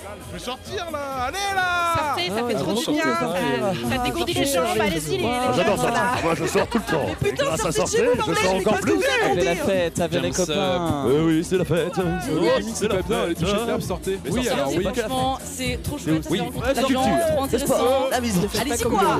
Je vais sortir là. Allez là. Sortez, ça fait trop du bien. Ça dégourdit les jambes, allez-y les J'adore jeunes, ça. là. Moi, je sors tout le temps. Mais putain, Grâce à sortez de chez sortir, vous, je bordel, sors mais encore qu'est-ce que plus. vous faites, Avec la dire fête, avec les copains. Oui, c'est la fête. C'est la fête. Touchez le verbe, sortez. Oui, alors oui. Franchement, c'est trop chouette. Oui, La culture, trop intéressant. La musique. Allez-y quoi.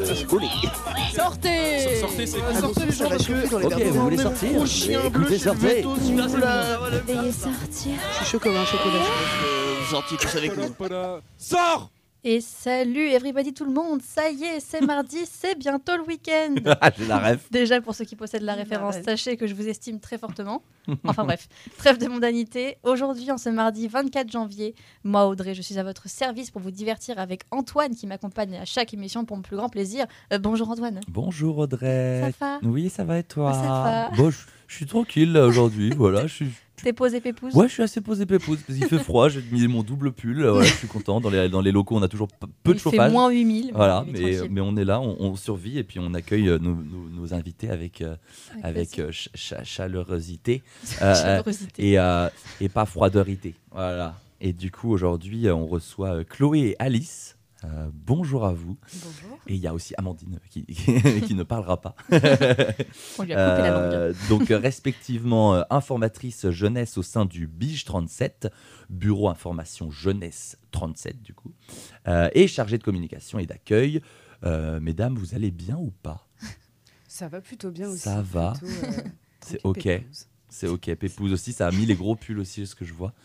Sortez. Sortez, c'est cool. Sortez les gens parce que Ok, vous voulez sortir? gros chien bleu, Écoutez, c'est le sortez. veto, s'il vous plaît. Veuillez sortir. Je suis chaud comme un chocolat. Sortis tous avec nous. Sors. Et salut everybody tout le monde, ça y est, c'est mardi, c'est bientôt le week-end. J'ai la ref. Déjà pour ceux qui possèdent la référence, sachez que je vous estime très fortement. Enfin bref, trêve de mondanité. Aujourd'hui, en ce mardi 24 janvier, moi Audrey, je suis à votre service pour vous divertir avec Antoine qui m'accompagne à chaque émission pour mon plus grand plaisir. Bonjour Antoine. Bonjour Audrey. Ça va? Oui, ça va et toi? Ça va. Bon, je suis tranquille là aujourd'hui, voilà. T'es posé pépouze? Ouais, je suis assez posé pépouze parce qu'il fait froid. J'ai mis mon double pull. Voilà, je suis content. Dans les locaux, on a toujours peu de chauffage. Il fait moins 8000. Voilà, il est tranquille. mais on est là, on survit et puis on accueille nos invités avec chaleurosité Chaleurosité. et pas froideurité. Voilà. Et du coup, aujourd'hui, on reçoit Chloé et Alice. Bonjour à vous. Bonjour. Et il y a aussi Amandine qui ne parlera pas. On lui a coupé la langue. Donc, respectivement, informatrice jeunesse au sein du BIGE 37, Bureau Information Jeunesse 37, du coup, et chargée de communication et d'accueil. Mesdames, vous allez bien ou pas? Ça va plutôt bien aussi. Ça va. C'est ok. C'est ok. Pépouze aussi, ça a mis les gros pulls aussi, ce que je vois.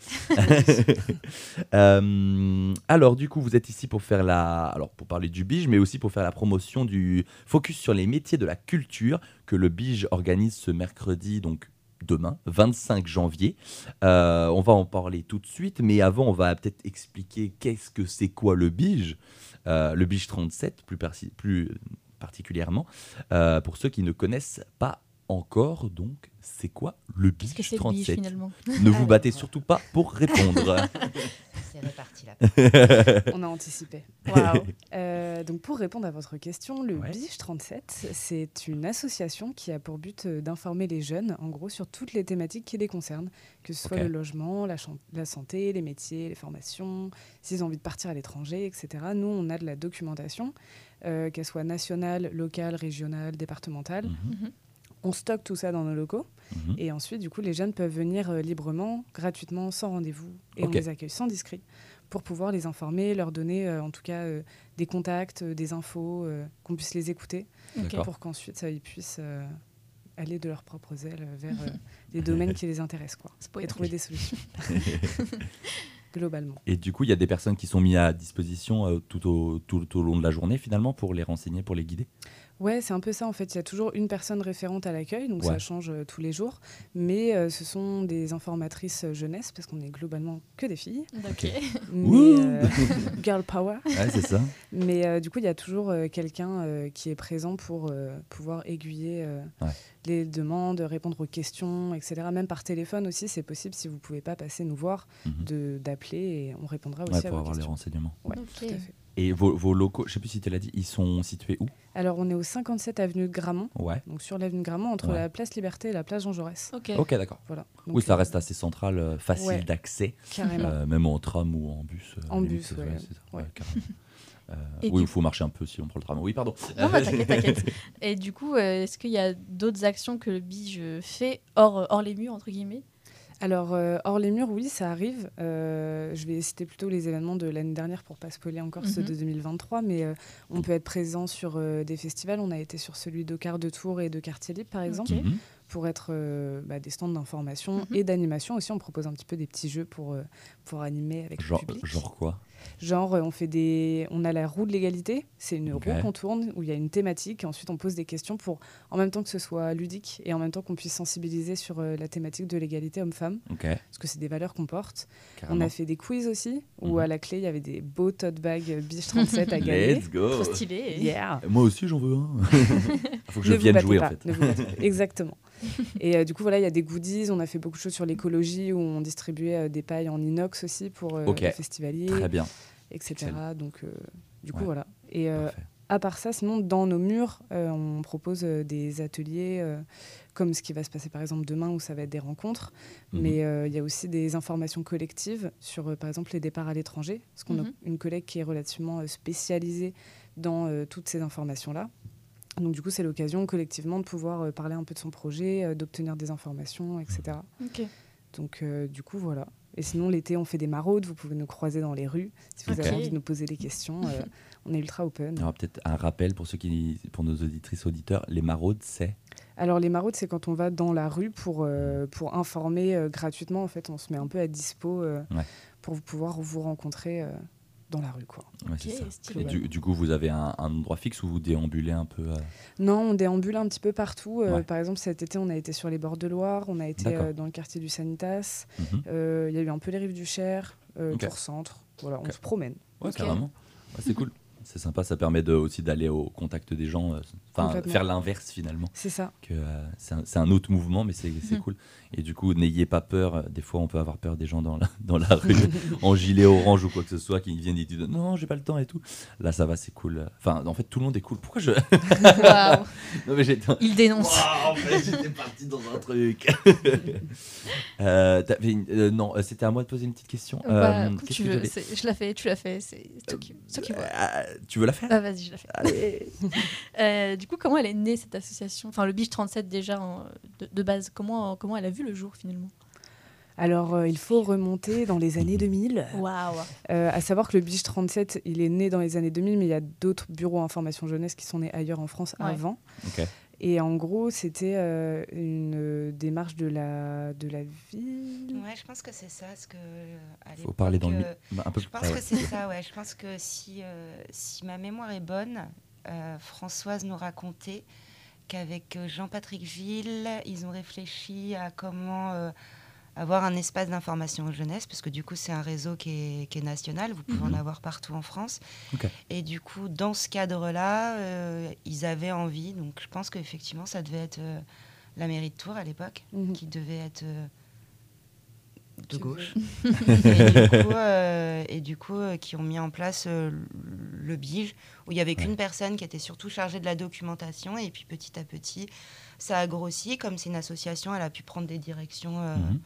Alors, du coup, vous êtes ici pour pour parler du BIGE, mais aussi pour faire la promotion du focus sur les métiers de la culture que le BIGE organise ce mercredi, donc demain, 25 janvier. On va en parler tout de suite, mais avant, on va peut-être expliquer qu'est-ce que c'est quoi le BIGE, le BIGE 37 plus particulièrement, pour ceux qui ne connaissent pas encore. Donc, c'est quoi le Qu'est-ce que BIGE c'est le BIGE 37? finalement? Ne vous battez surtout pas pour répondre. C'est réparti là. On a anticipé. Waouh. Donc pour répondre à votre question, le Ouais. BIGE 37, c'est une association qui a pour but d'informer les jeunes, en gros, sur toutes les thématiques qui les concernent, que ce soit Ok. le logement, la santé, les métiers, les formations, s'ils ont envie de partir à l'étranger, etc. Nous, on a de la documentation, qu'elle soit nationale, locale, régionale, départementale. Mhm, On stocke tout ça dans nos locaux. mhm. Et ensuite, du coup, les jeunes peuvent venir librement, gratuitement, sans rendez-vous. Et Ok. on les accueille sans discret pour pouvoir les informer, leur donner en tout cas des contacts, des infos, qu'on puisse les écouter D'accord. pour qu'ensuite ils puissent aller de leurs propres ailes vers les domaines qui les intéressent quoi, C'est et poétique. trouver des solutions globalement. Et du coup, il y a des personnes qui sont mises à disposition tout au long de la journée, finalement, pour les renseigner, pour les guider. Ouais, c'est un peu ça en fait. Il y a toujours une personne référente à l'accueil, donc Ouais. ça change tous les jours. Mais ce sont des informatrices jeunesse, parce qu'on est globalement que des filles. Ok. Mais, Ouh. girl power. Ouais, c'est ça. Mais du coup, il y a toujours quelqu'un qui est présent pour pouvoir aiguiller Ouais. les demandes, répondre aux questions, etc. Même par téléphone aussi, c'est possible si vous ne pouvez pas passer nous voir, Mhm. d'appeler et on répondra Ouais, aussi à pour vos avoir les questions. renseignements. Ouais, Ok. tout à fait. Et vos locaux, je ne sais plus si tu l'as dit, ils sont situés où? Alors, on est au 57 avenue de Grammont, Ouais. donc sur l'avenue de Grammont, entre Ouais. la place Liberté et la place Jean Jaurès. Ok. Ok, d'accord. Voilà. Donc, Oui, ça reste assez central, facile ouais. d'accès, Carrément. même en tram ou en bus. En limite, bus, c'est- ouais. c'est ça, Ouais. carrément. Et Oui, du- il faut marcher un peu si on prend le tram. Oui, pardon. Non, bah, t'inquiète. Et du coup, est-ce qu'il y a d'autres actions que le BIGE fait hors les murs, entre guillemets? Alors, hors les murs, oui, ça arrive. Je vais citer plutôt les événements de l'année dernière pour pas spoiler encore ceux Mhm. de 2023, mais on peut être présent sur des festivals. On a été sur celui de Quart de Tour et de Quartier Libre, par exemple, Ok. Mhm. pour être des stands d'information Mhm. et d'animation aussi. On propose un petit peu des petits jeux pour animer avec le public. Genre quoi? Genre, on a la roue de l'égalité. C'est une Ok. roue qu'on tourne où il y a une thématique. Et ensuite, on pose des questions pour, en même temps que ce soit ludique et en même temps qu'on puisse sensibiliser sur la thématique de l'égalité homme-femme, Ok, parce que c'est des valeurs qu'on porte. carrément. On a fait des quiz aussi, où Mhm. à la clé, il y avait des beaux tote bags BIGE 37 à gagner. Let's go. Trop stylé. Yeah. Moi aussi, j'en veux un. Il faut que je Ne vous vienne battez jouer, pas, en fait. ne vous battez pas. Exactement. Et du coup, voilà, il y a des goodies. On a fait beaucoup de choses sur l'écologie, où on distribuait des pailles en inox aussi pour Ok. les festivaliers, Très bien. etc. Excellent. Donc, du coup, Ouais. voilà. Et Parfait. À part ça, sinon, dans nos murs, on propose des ateliers comme ce qui va se passer par exemple demain où ça va être des rencontres. Mais il y a aussi des informations collectives sur, par exemple, les départs à l'étranger. Parce qu'on a une collègue qui est relativement spécialisée dans toutes ces informations-là. Donc du coup, c'est l'occasion collectivement de pouvoir parler un peu de son projet, d'obtenir des informations, etc. Ok. Donc du coup, voilà. Et sinon, l'été, on fait des maraudes. Vous pouvez nous croiser dans les rues si vous avez envie de nous poser des questions. On est ultra open. Alors peut-être un rappel pour pour nos auditrices auditeurs, les maraudes, c'est Alors les maraudes, c'est quand on va dans la rue pour informer gratuitement. En fait, on se met un peu à dispo pour pouvoir vous rencontrer dans la rue, quoi. Ouais, c'est ça. Stylé. Et du coup, vous avez un endroit fixe où vous déambulez un peu Non, on déambule un petit peu partout. Par exemple, cet été, on a été sur les bords de Loire, on a été dans le quartier du Sanitas. Il y a eu un peu les rives du Cher, Tours-Centre. Voilà, on se promène. Ouais, carrément. Ouais, c'est cool. C'est sympa, ça permet aussi d'aller au contact des gens, faire l'inverse finalement. C'est ça. C'est un autre mouvement, mais c'est cool. Et du coup, n'ayez pas peur. Des fois, on peut avoir peur des gens dans la rue, en gilet orange ou quoi que ce soit, qui viennent et disent non, j'ai pas le temps et tout. Là, ça va, c'est cool. Enfin, en fait, tout le monde est cool. Pourquoi je. Waouh. Non, mais Il dénonce. En fait, j'étais parti dans un truc. Non, c'était à moi de poser une petite question. Comme Qu'est-ce tu que veux. j'avais Je la fais, tu la fais. C'est toi qui vois. Tu veux la faire? Ah, vas-y, je la fais. Allez. Du coup, comment elle est née cette association? Enfin, le Biche 37 déjà de base. Comment elle a vu le jour finalement? Alors, il faut remonter dans les années 2000. Waouh. À savoir que le Biche 37, il est né dans les années 2000, mais il y a d'autres bureaux information jeunesse qui sont nés ailleurs en France avant. Ok. Et en gros, c'était une démarche de la ville. Ouais, je pense que c'est ça. Parce que, à Faut parler dans le un peu je plus pense près. que c'est ça, ouais. Je pense que si ma mémoire est bonne, Françoise nous racontait qu'avec Jean-Patrick Gilles, ils ont réfléchi à comment avoir un espace d'information jeunesse, parce que du coup, c'est un réseau qui est national. Vous pouvez en avoir partout en France. Okay. Et du coup, dans ce cadre-là, ils avaient envie. Donc, je pense qu'effectivement, ça devait être la mairie de Tours à l'époque, qui devait être de gauche. et du coup, qui ont mis en place le BIGE, où il n'y avait qu'une personne qui était surtout chargée de la documentation. Et puis, petit à petit, ça a grossi. Comme c'est une association, elle a pu prendre des directions,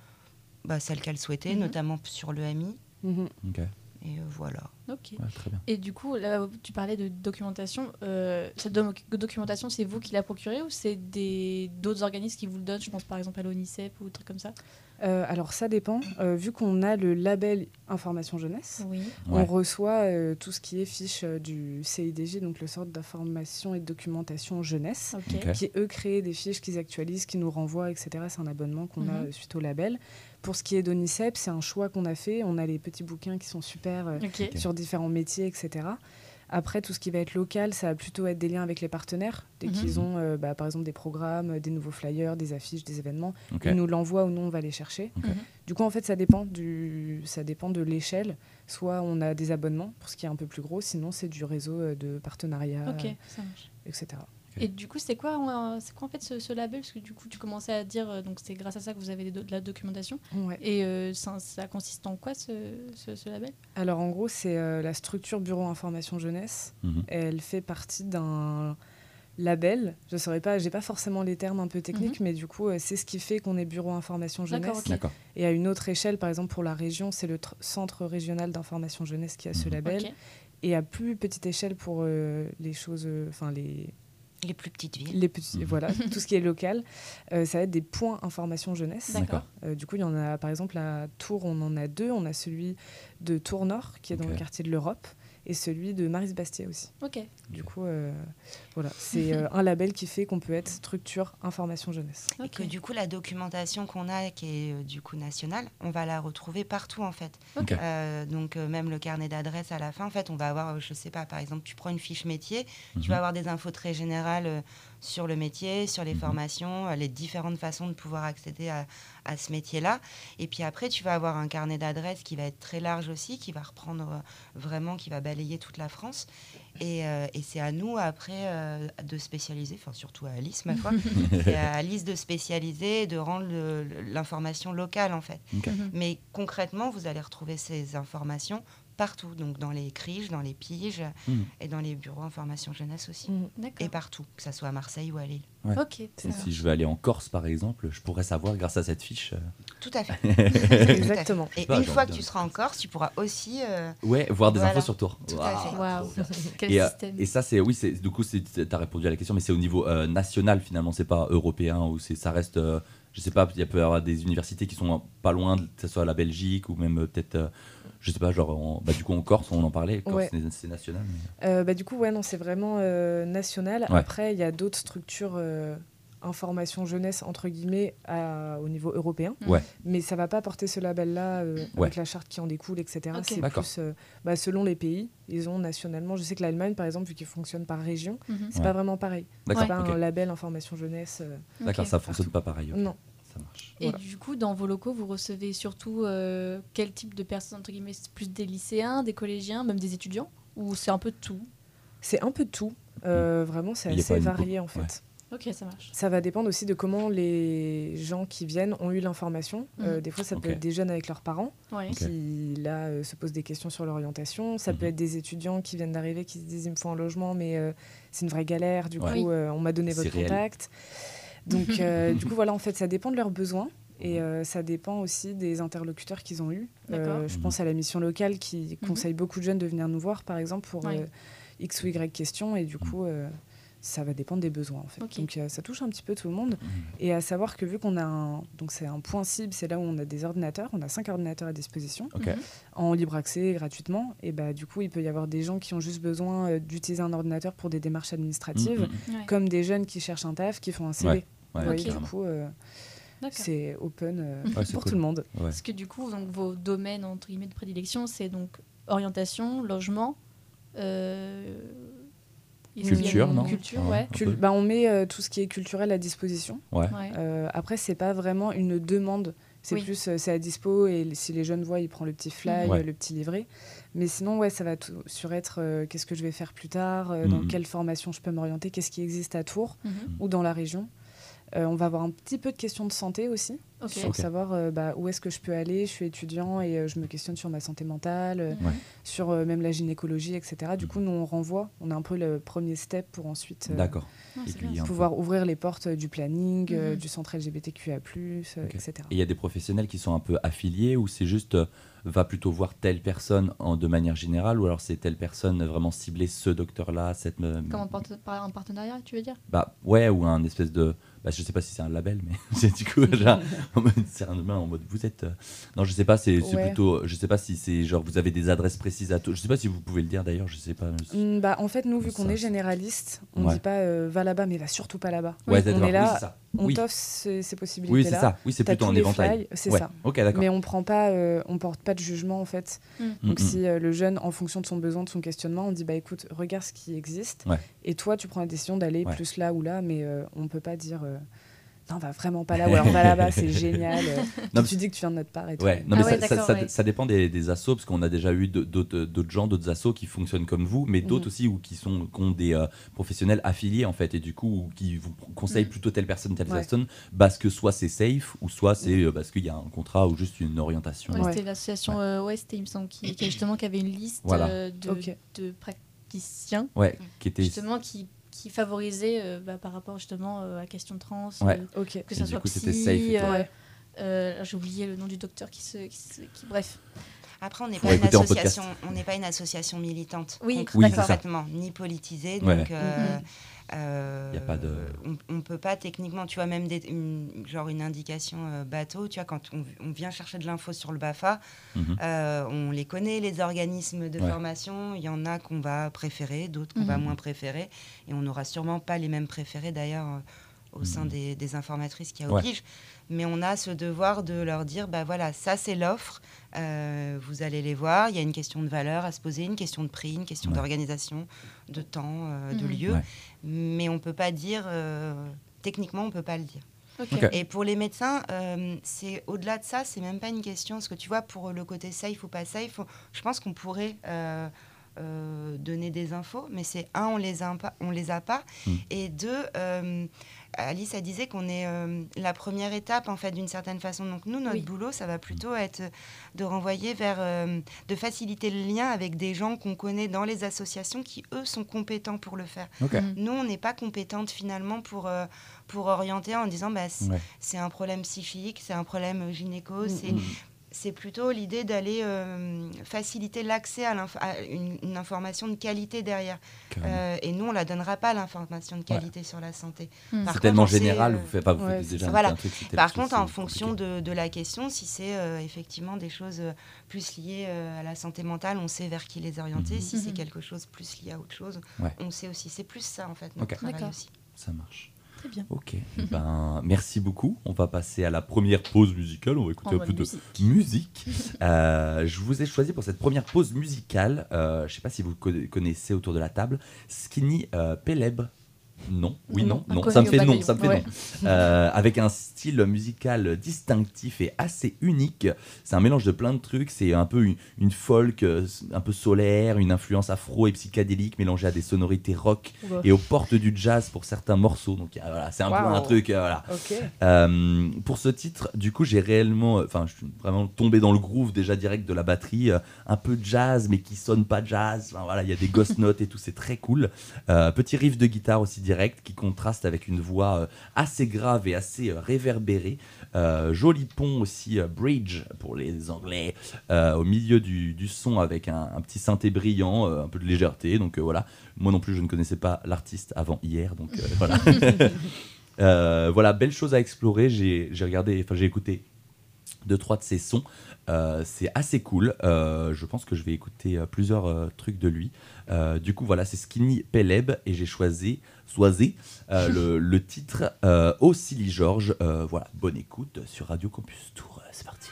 celles qu'elle souhaitait, notamment sur le AMI. Ok. Et voilà. Ok. Ouais, très bien. Et du coup, là, tu parlais de documentation. Cette documentation, c'est vous qui la procurez ou c'est d'autres organismes qui vous le donnent? Je pense par exemple à l'ONICEP ou des trucs comme ça. Alors ça dépend. Vu qu'on a le label Information Jeunesse, on Ouais. reçoit tout ce qui est fiche du CIDJ, donc le Centre d'information et de documentation jeunesse, Ok. qui eux créent des fiches qu'ils actualisent, qui nous renvoient, etc. C'est un abonnement qu'on a suite au label. Pour ce qui est d'ONICEP, c'est un choix qu'on a fait. On a les petits bouquins qui sont super Ok. sur différents métiers, etc. Après, tout ce qui va être local, ça va plutôt être des liens avec les partenaires. Dès qu'ils ont, par exemple, des programmes, des nouveaux flyers, des affiches, des événements, Ok. ils nous l'envoient ou nous, on va les chercher. Ok. Du coup, en fait, ça dépend de l'échelle. Soit on a des abonnements, pour ce qui est un peu plus gros, sinon c'est du réseau de partenariats, Ok, ça marche. etc. Et du coup, c'est quoi en fait ce label? Parce que du coup, tu commençais à dire, donc c'est grâce à ça que vous avez de la documentation. Ouais. Et ça consiste en quoi ce label? Alors, en gros, c'est la structure Bureau Information Jeunesse. Elle fait partie d'un label. Je ne saurais pas, j'ai pas forcément les termes un peu techniques, mais du coup, c'est ce qui fait qu'on est Bureau Information Jeunesse. D'accord, ok. D'accord. Et à une autre échelle, par exemple, pour la région, c'est le Centre régional d'information jeunesse qui a ce label. Ok. Et à plus petite échelle, pour les choses, Les plus petites villes. les petits, voilà, tout ce qui est local, ça va être des points information jeunesse. D'accord. Du coup, il y en a, par exemple, à Tours, on en a 2. On a celui de Tours Nord, qui est dans le quartier de l'Europe, et celui de Marisbastia aussi. Ok. Du coup, voilà, c'est un label qui fait qu'on peut être structure information jeunesse. Et Ok. que du coup, la documentation qu'on a, qui est du coup nationale, on va la retrouver partout en fait. Ok. Donc même le carnet d'adresse à la fin, en fait, on va avoir, je sais pas, par exemple, tu prends une fiche métier, tu vas avoir des infos très générales sur le métier, sur les formations, les différentes façons de pouvoir accéder à ce métier-là. Et puis après, tu vas avoir un carnet d'adresse qui va être très large aussi, qui va reprendre vraiment, qui va balayer toute la France. Et c'est à nous après de spécialiser, enfin surtout à Alice ma foi, c'est à Alice de spécialiser et de rendre l'information locale en fait. Ok. Mais concrètement, vous allez retrouver ces informations partout, donc dans les criches, dans les piges et dans les bureaux information jeunesse aussi. D'accord. Et partout, que ça soit à Marseille ou à Lille. Ouais. Ok. Et si je veux aller en Corse, par exemple, je pourrais savoir grâce à cette fiche. Tout à fait. Exactement. Et Bah, une j'ai fois envie que de- tu seras en Corse, tu pourras aussi... Ouais, voir des Voilà. infos sur Tours. Tout à fait. Waouh. Quel Et, système. et ça, c'est du coup, t'as répondu à la question, mais c'est au niveau national finalement, c'est pas européen ou ça reste. Je sais pas, il peut y avoir des universités qui sont pas loin, que ce soit la Belgique ou même peut-être, je sais pas, genre, du coup en Corse, on en parlait, Corse, Ouais. c'est national. Mais... Du coup, ouais, non, c'est vraiment national. Ouais. Après, il y a d'autres structures information jeunesse, entre guillemets, au niveau européen. Ouais. Mais ça va pas porter ce label-là avec la charte qui en découle, etc. Ok. C'est D'accord. plus selon les pays. Ils ont nationalement, je sais que l'Allemagne, par exemple, vu qu'ils fonctionnent par région, c'est Ouais. pas vraiment pareil. D'accord, C'est pas ok. un label information jeunesse. D'accord, Ok. ça fonctionne pas pareil. ok. Non. Ça marche. Et du coup, dans vos locaux, vous recevez surtout quel type de personnes, entre guillemets, c'est plus des lycéens, des collégiens, même des étudiants, ou c'est un peu de tout? C'est un peu de tout. Vraiment, c'est Il y a pas assez une varié, en fait. ouais. Ok, ça marche. Ça va dépendre aussi de comment les gens qui viennent ont eu l'information. Des fois, ça peut Ok. être des jeunes avec leurs parents Ouais. qui, là, se posent des questions sur l'orientation. Ça peut être des étudiants qui viennent d'arriver, qui se disent « il me faut un logement, mais c'est une vraie galère. Du Ouais. coup, on m'a donné C'est votre réel. contact. » Donc, du coup, voilà, en fait, ça dépend de leurs besoins. Et ça dépend aussi des interlocuteurs qu'ils ont eus. D'accord. Je pense à la mission locale qui conseille beaucoup de jeunes de venir nous voir, par exemple, pour Ouais. X ou Y questions. Et du coup, ça va dépendre des besoins, en fait. Ok. Donc, ça touche un petit peu tout le monde. Et à savoir que vu qu'on a donc c'est un point cible, c'est là où on a des ordinateurs. On a 5 ordinateurs à disposition, Ok. en libre accès, gratuitement. Et du coup, il peut y avoir des gens qui ont juste besoin d'utiliser un ordinateur pour des démarches administratives, Ouais. comme des jeunes qui cherchent un taf, qui font un CV. Ouais. Ouais, Vous voyez, carrément. du coup... D'accord. c'est open Ouais, c'est pour cool. tout le monde. Ouais. Parce que du coup, donc, vos domaines, entre guillemets, de prédilection, c'est donc orientation, logement, est-ce qu'il y a Culture, une non Culture, Ouais. ouais. Un peu. On met tout ce qui est culturel à disposition. Ouais. Ouais. Après, c'est pas vraiment une demande. C'est Oui. plus, c'est à dispo et si les jeunes voient, ils prennent le petit fly, Ouais. le petit livret. Mais sinon, ouais, ça va sur être qu'est-ce que je vais faire plus tard, dans quelle formation je peux m'orienter, qu'est-ce qui existe à Tours Mhm. ou dans la région. On va avoir un petit peu de questions de santé aussi, Ok. pour savoir où est-ce que je peux aller. Je suis étudiant et je me questionne sur ma santé mentale, Ouais. sur même la gynécologie, etc. Du coup, nous, on renvoie. On a un peu le premier step pour ensuite D'accord. Ouais, c'est Aiguiller bien. un peu. pouvoir ouvrir les portes du planning, Mhm. du centre LGBTQIA+, Ok. etc. Et il y a des professionnels qui sont un peu affiliés ou c'est juste va plutôt voir telle personne de manière générale ou alors c'est telle personne vraiment ciblée, ce docteur-là, cette... Comme un partenariat, tu veux dire? Bah ouais, ou un espèce de... Bah, je sais pas si c'est un label, mais c'est du coup genre, en mode, c'est un humain en mode vous êtes... Non, je sais pas, c'est Ouais. plutôt... Je sais pas si c'est genre vous avez des adresses précises à tout. Je sais pas si vous pouvez le dire d'ailleurs, je sais pas. En fait, nous, vu qu'on Ça, est c'est- généraliste, on Ouais. dit pas va là-bas, mais va surtout pas là-bas. Ouais, on d'accord. est là, Oui, c'est ça. on Oui. t'offre ces Oui, c'est possibilités-là. ça. Oui, c'est T'as plutôt tous un les éventail. fly, c'est Ouais. ça. Ok, d'accord. Mais on porte pas de jugement, en fait. Donc, si le jeune, en fonction de son besoin, de son questionnement, on dit bah écoute, regarde ce qui existe. Ouais. Et toi, tu prends la décision d'aller Ouais. plus là ou là, mais on peut pas dire non, va vraiment pas là, ou alors va là-bas, c'est génial. Non, Tu dis que tu viens de notre part et tout. Ouais, non, Ah mais ouais, ça, d'accord, ouais. ça dépend des assos, parce qu'on a déjà eu d'autres gens, d'autres assos qui fonctionnent comme vous, mais d'autres aussi ou qui ont des professionnels affiliés en fait, et du coup ou qui vous conseillent plutôt telle personne, telle Ouais. personne, parce que soit c'est safe, ou soit c'est parce qu'il y a un contrat ou juste une orientation. Ouais, Ouais. c'était l'association Ouest, il me semble, qui avait une liste Voilà. de praticiens, Ouais, qui était. justement, qui favorisait par rapport justement à la question trans, Ouais. Ok. que ça Et du soit coup, c'était psy, safe et tout. Ouais. j'ai oublié le nom du docteur bref. Après, on n'est Faut pas, une écouter en association, on n'est pas une association militante, Oui, Oui, c'est ça. concrètement, ni politisée. Ouais. Donc, Y a pas de- on ne peut pas techniquement, tu vois, même une indication bateau, tu vois, quand on vient chercher de l'info sur le BAFA, Mhm. on les connaît, les organismes de Ouais. formation. Il y en a qu'on va préférer, d'autres qu'on va moins préférer. Et on n'aura sûrement pas les mêmes préférés, d'ailleurs, au sein des informatrices qui obligent. Mais on a ce devoir de leur dire, bah voilà, ça c'est l'offre, vous allez les voir, il y a une question de valeur à se poser, une question de prix, une question d'organisation, de temps, de lieu. Ouais. Mais on ne peut pas dire, techniquement, on ne peut pas le dire. Ok. Et pour les médecins, c'est au-delà de ça, c'est même pas une question. Parce que tu vois, pour le côté safe ou pas safe, je pense qu'on pourrait donner des infos, mais c'est on les a pas, et deux, Alice a disait qu'on est la première étape en fait d'une certaine façon. Donc nous, notre boulot, ça va plutôt être de renvoyer vers, de faciliter le lien avec des gens qu'on connaît dans les associations qui eux sont compétents pour le faire. Nous, on n'est pas compétente finalement pour orienter en disant c'est un problème psychique, c'est un problème gynéco, c'est plutôt l'idée d'aller faciliter l'accès à une information de qualité derrière. Et nous, on ne la donnera pas, l'information de qualité sur la santé. C'est tellement général, vous faites déjà voilà. un truc. Par contre, en fonction de la question, si c'est effectivement des choses plus liées à la santé mentale, on sait vers qui les orienter. Si c'est quelque chose plus lié à autre chose, on sait aussi. C'est plus ça, en fait, notre travail aussi. Ça marche. Très bien. Ok, merci beaucoup. On va passer à la première pause musicale. On va écouter un peu de musique. Je vous ai choisi pour cette première pause musicale, je ne sais pas si vous connaissez autour de la table, Skinny Peleb. Non, non, ça me fait non, avec un style musical distinctif et assez unique. C'est un mélange de plein de trucs. C'est un peu une folk un peu solaire, une influence afro et psychédélique mélangée à des sonorités rock et aux portes du jazz pour certains morceaux. Donc voilà, c'est un peu un truc. Pour ce titre, du coup, je suis vraiment tombé dans le groove déjà direct de la batterie, un peu jazz mais qui sonne pas jazz. Voilà, il y a des ghost notes et tout, c'est très cool. Petit riff de guitare aussi direct qui contraste avec une voix assez grave et assez réverbérée. Joli pont aussi, bridge pour les Anglais, au milieu du son avec un petit synthé brillant, un peu de légèreté. Donc voilà, moi non plus je ne connaissais pas l'artiste avant hier, donc voilà. Voilà, belle chose à explorer. J'ai écouté 2-3 de ses sons. C'est assez cool. Je pense que je vais écouter plusieurs trucs de lui. Du coup, voilà, c'est Skinny Peleb et j'ai choisi le titre Au Silly George. Voilà, bonne écoute sur Radio Campus Tour. C'est parti.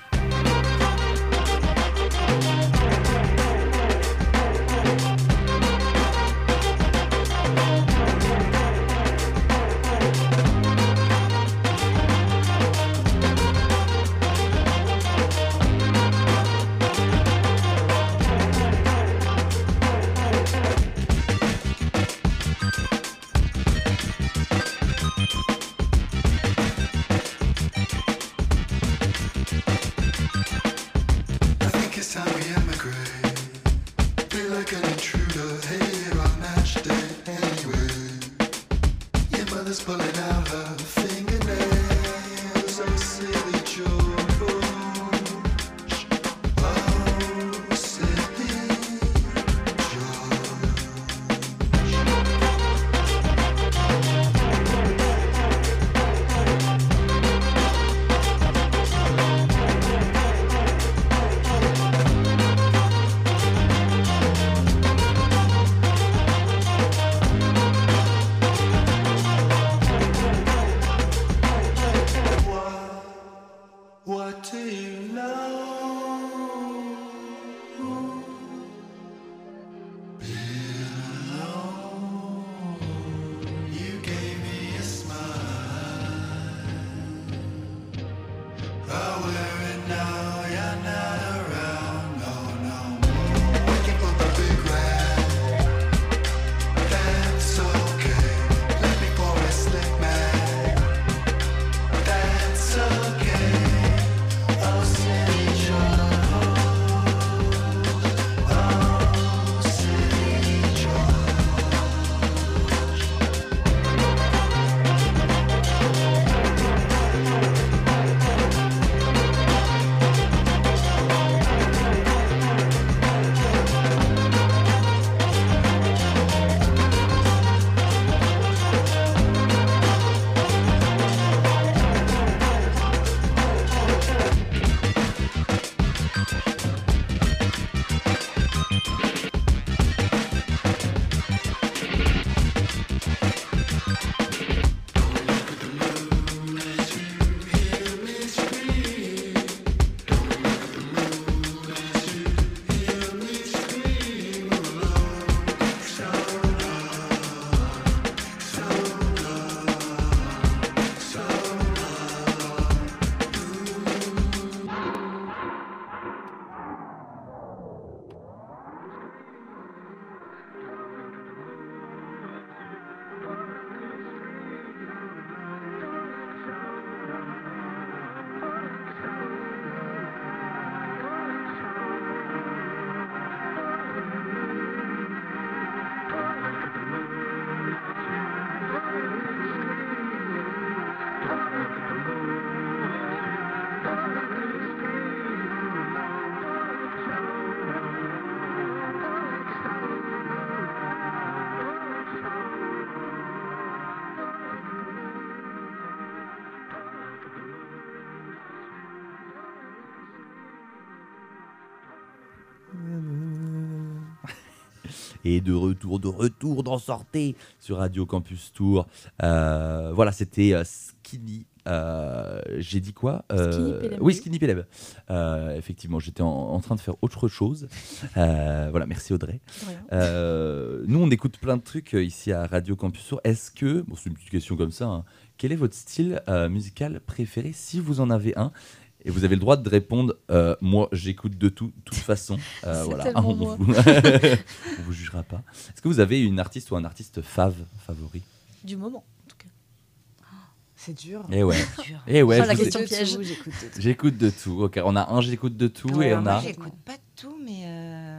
Et de retour dans Sortez sur Radio Campus Tour. Voilà, c'était Skinny. J'ai dit quoi Skinny Péleb. Oui, Skinny Péleb. Effectivement, j'étais en train de faire autre chose. Voilà, merci Audrey. De rien. Nous, on écoute plein de trucs ici à Radio Campus Tour. Est-ce que, bon, c'est une petite question comme ça, hein, quel est votre style musical préféré, si vous en avez un? Et vous avez le droit de répondre moi, j'écoute de tout, de toute façon. Voilà. tellement moi. On vous jugera pas. Est-ce que vous avez une artiste ou un artiste favori? Du moment, en tout cas. C'est dur. Eh ouais. Dur. Eh ouais. Oh, la je vous ai- question piège. J'écoute de tout. J'écoute de tout. Ok, on a un j'écoute de tout Ouais, et on moi, a. j'écoute pas de tout, mais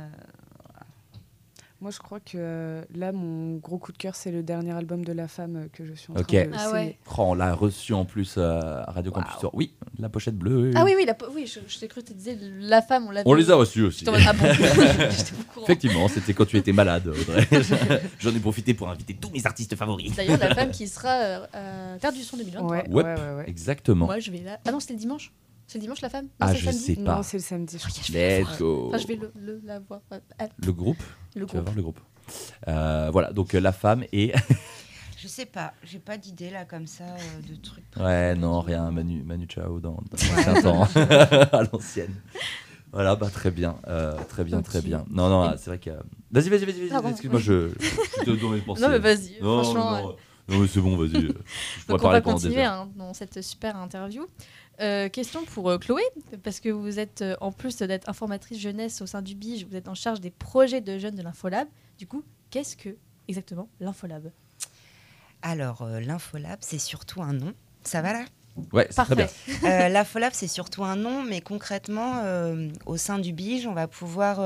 Moi, je crois que là, mon gros coup de cœur, c'est le dernier album de La Femme que je suis en Ok. train de Ah ouais. signer. Oh, on l'a reçu en plus à Radio Campus Tour. Oui, la pochette bleue. Ah oui, oui, je t'ai cru que tu disais la femme, on l'avait. On les a reçus aussi. J'étais en mode, ah bon. J'étais au courant. Effectivement, c'était quand tu étais malade, Audrey. J'en ai profité pour inviter tous mes artistes favoris. D'ailleurs, la femme qui sera Terre du Son 2023. Ouais, Ouais. ouais. Exactement. Moi, je vais là. Ah non, c'était le dimanche. C'est le dimanche, la femme. Non, Ah, c'est le je samedi. sais pas. Non, c'est le samedi. je crois. Let's go. Enfin, je vais la voir. Le groupe. Le Tu vas groupe. voir le groupe. Voilà, donc la femme et. je sais pas. J'ai pas d'idée là comme ça de trucs. Ouais, non, rien. Manu Chao dans l'ancien temps. À l'ancienne. Voilà, bah très bien. Très bien, très Ok. bien. Non, non, c'est vrai que. Vas-y. Pardon. Excuse-moi, je te donne mes pensées. Non, mais vas-y, Non, franchement. non, non, mais c'est bon, vas-y. Je pourrais Donc on parler va pendant des continuer heures. hein, dans cette super interview. Question pour Chloé, parce que vous êtes, en plus d'être informatrice jeunesse au sein du BIGE, vous êtes en charge des projets de jeunes de l'Infolab. Du coup, qu'est-ce que exactement l'Infolab? Alors, l'Infolab, c'est surtout un nom. Ça va là? Ouais, c'est très bien. Parfait. L'Infolab, c'est surtout un nom, mais concrètement, au sein du BIGE, on va pouvoir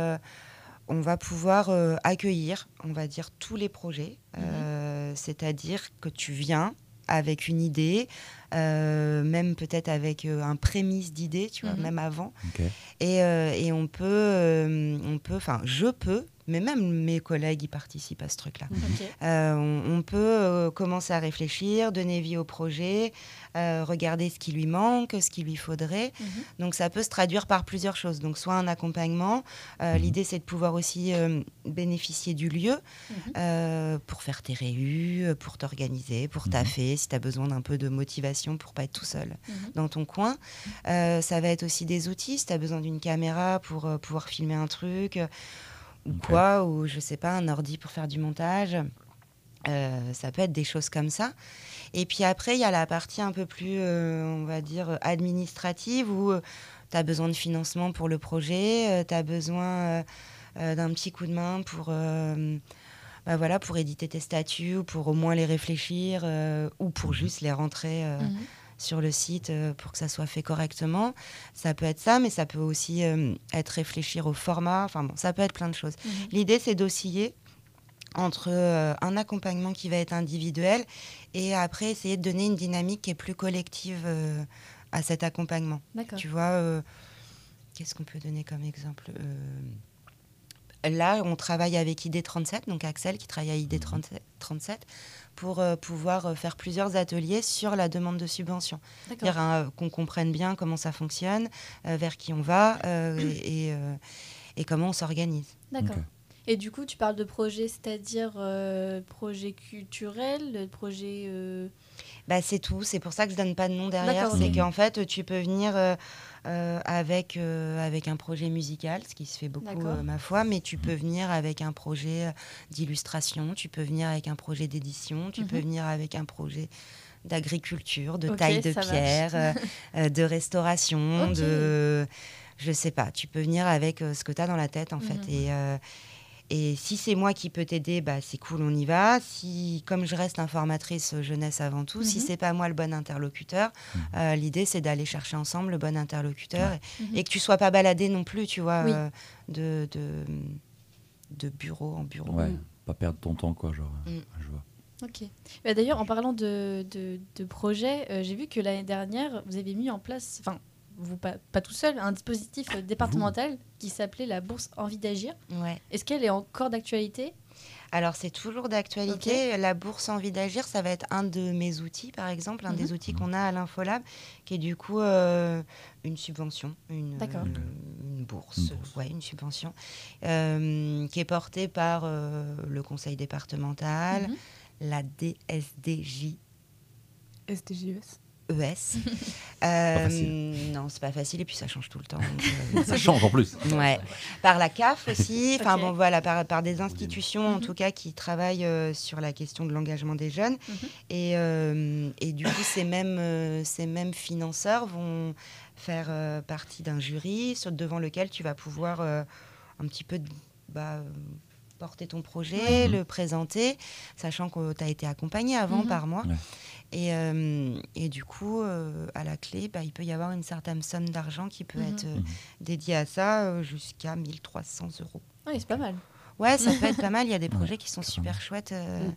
accueillir, on va dire, tous les projets. C'est-à-dire que tu viens avec une idée, même peut-être avec un prémisse d'idée, tu vois, même avant. Ok. Et on peut, enfin, je peux, mais même mes collègues y participent à ce truc-là. Ok. On peut commencer à réfléchir, donner vie au projet, regarder ce qui lui manque, ce qu'il lui faudrait. Donc ça peut se traduire par plusieurs choses. Donc soit un accompagnement. L'idée, c'est de pouvoir aussi bénéficier du lieu pour faire tes réus, pour t'organiser, pour taffer, si tu as besoin d'un peu de motivation pour pas être tout seul dans ton coin. Ça va être aussi des outils, si tu as besoin d'une caméra pour pouvoir filmer un truc. Ou quoi, ou je sais pas, un ordi pour faire du montage. Ça peut être des choses comme ça. Et puis après, il y a la partie un peu plus, on va dire, administrative, où tu as besoin de financement pour le projet, tu as besoin d'un petit coup de main pour, voilà, pour éditer tes statuts, ou pour au moins les réfléchir, ou pour juste les rentrer sur le site pour que ça soit fait correctement. Ça peut être ça, mais ça peut aussi être réfléchir au format. Enfin bon, ça peut être plein de choses. L'idée, c'est d'osciller entre un accompagnement qui va être individuel et après essayer de donner une dynamique qui est plus collective à cet accompagnement. D'accord. Tu vois, qu'est-ce qu'on peut donner comme exemple Là, on travaille avec ID37, donc Axel qui travaille à ID37, pour pouvoir faire plusieurs ateliers sur la demande de subvention. D'accord. C'est-à-dire qu'on comprenne bien comment ça fonctionne, vers qui on va et comment on s'organise. D'accord. Ok. Et du coup, tu parles de projets, c'est-à-dire projets culturels, projets... Bah, c'est tout. C'est pour ça que je donne pas de nom derrière. D'accord, C'est ok. qu'en fait, tu peux venir avec un projet musical, ce qui se fait beaucoup, D'accord. ma foi, mais tu peux venir avec un projet d'illustration, tu peux venir avec un projet d'édition, tu peux venir avec un projet d'agriculture, de Ok, taille de ça marche. pierre, de restauration, Ok. de... Je sais pas. Tu peux venir avec ce que tu as dans la tête, en fait. Et si c'est moi qui peux t'aider, bah, c'est cool, on y va. Si, comme je reste informatrice jeunesse avant tout, si c'est pas moi le bon interlocuteur, l'idée c'est d'aller chercher ensemble le bon interlocuteur et que tu sois pas baladé non plus, tu vois, Oui. de bureau en bureau. Ouais, pas perdre ton temps, quoi, genre. Je vois. Ok. Bah, d'ailleurs, en parlant de projets, j'ai vu que l'année dernière, vous avez mis en place, enfin, vous pas tout seul, un dispositif départemental qui s'appelait la bourse Envie d'agir. Ouais. Est-ce qu'elle est encore d'actualité ? Alors, c'est toujours d'actualité. La bourse Envie d'agir, ça va être un de mes outils, par exemple, un des outils qu'on a à l'Infolab, qui est du coup une subvention, une bourse, une subvention, qui est portée par le conseil départemental, la DSDJ. SDJES. ES. Non, c'est pas facile et puis ça change tout le temps. Donc, Ça change en plus. Ouais. Par la CAF aussi, enfin Ok. bon voilà, par des institutions en tout cas qui travaillent sur la question de l'engagement des jeunes. Et du coup, ces mêmes financeurs vont faire partie d'un jury devant lequel tu vas pouvoir un petit peu porter ton projet, le présenter, sachant que tu as été accompagné avant par moi. Ouais. Et du coup, à la clé, il peut y avoir une certaine somme d'argent qui peut être dédiée à ça, jusqu'à 1 300 €. Oui, c'est pas mal. Ouais, ça peut être pas mal. Il y a des projets qui sont super chouettes.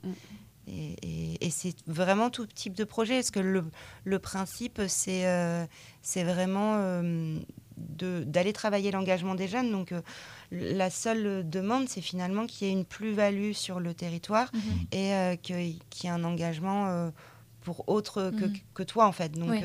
Et c'est vraiment tout type de projet. Parce que le principe, c'est vraiment d'aller travailler l'engagement des jeunes. Donc, la seule demande, c'est finalement qu'il y ait une plus-value sur le territoire et qu'il y ait un engagement pour autre que toi, en fait. Donc,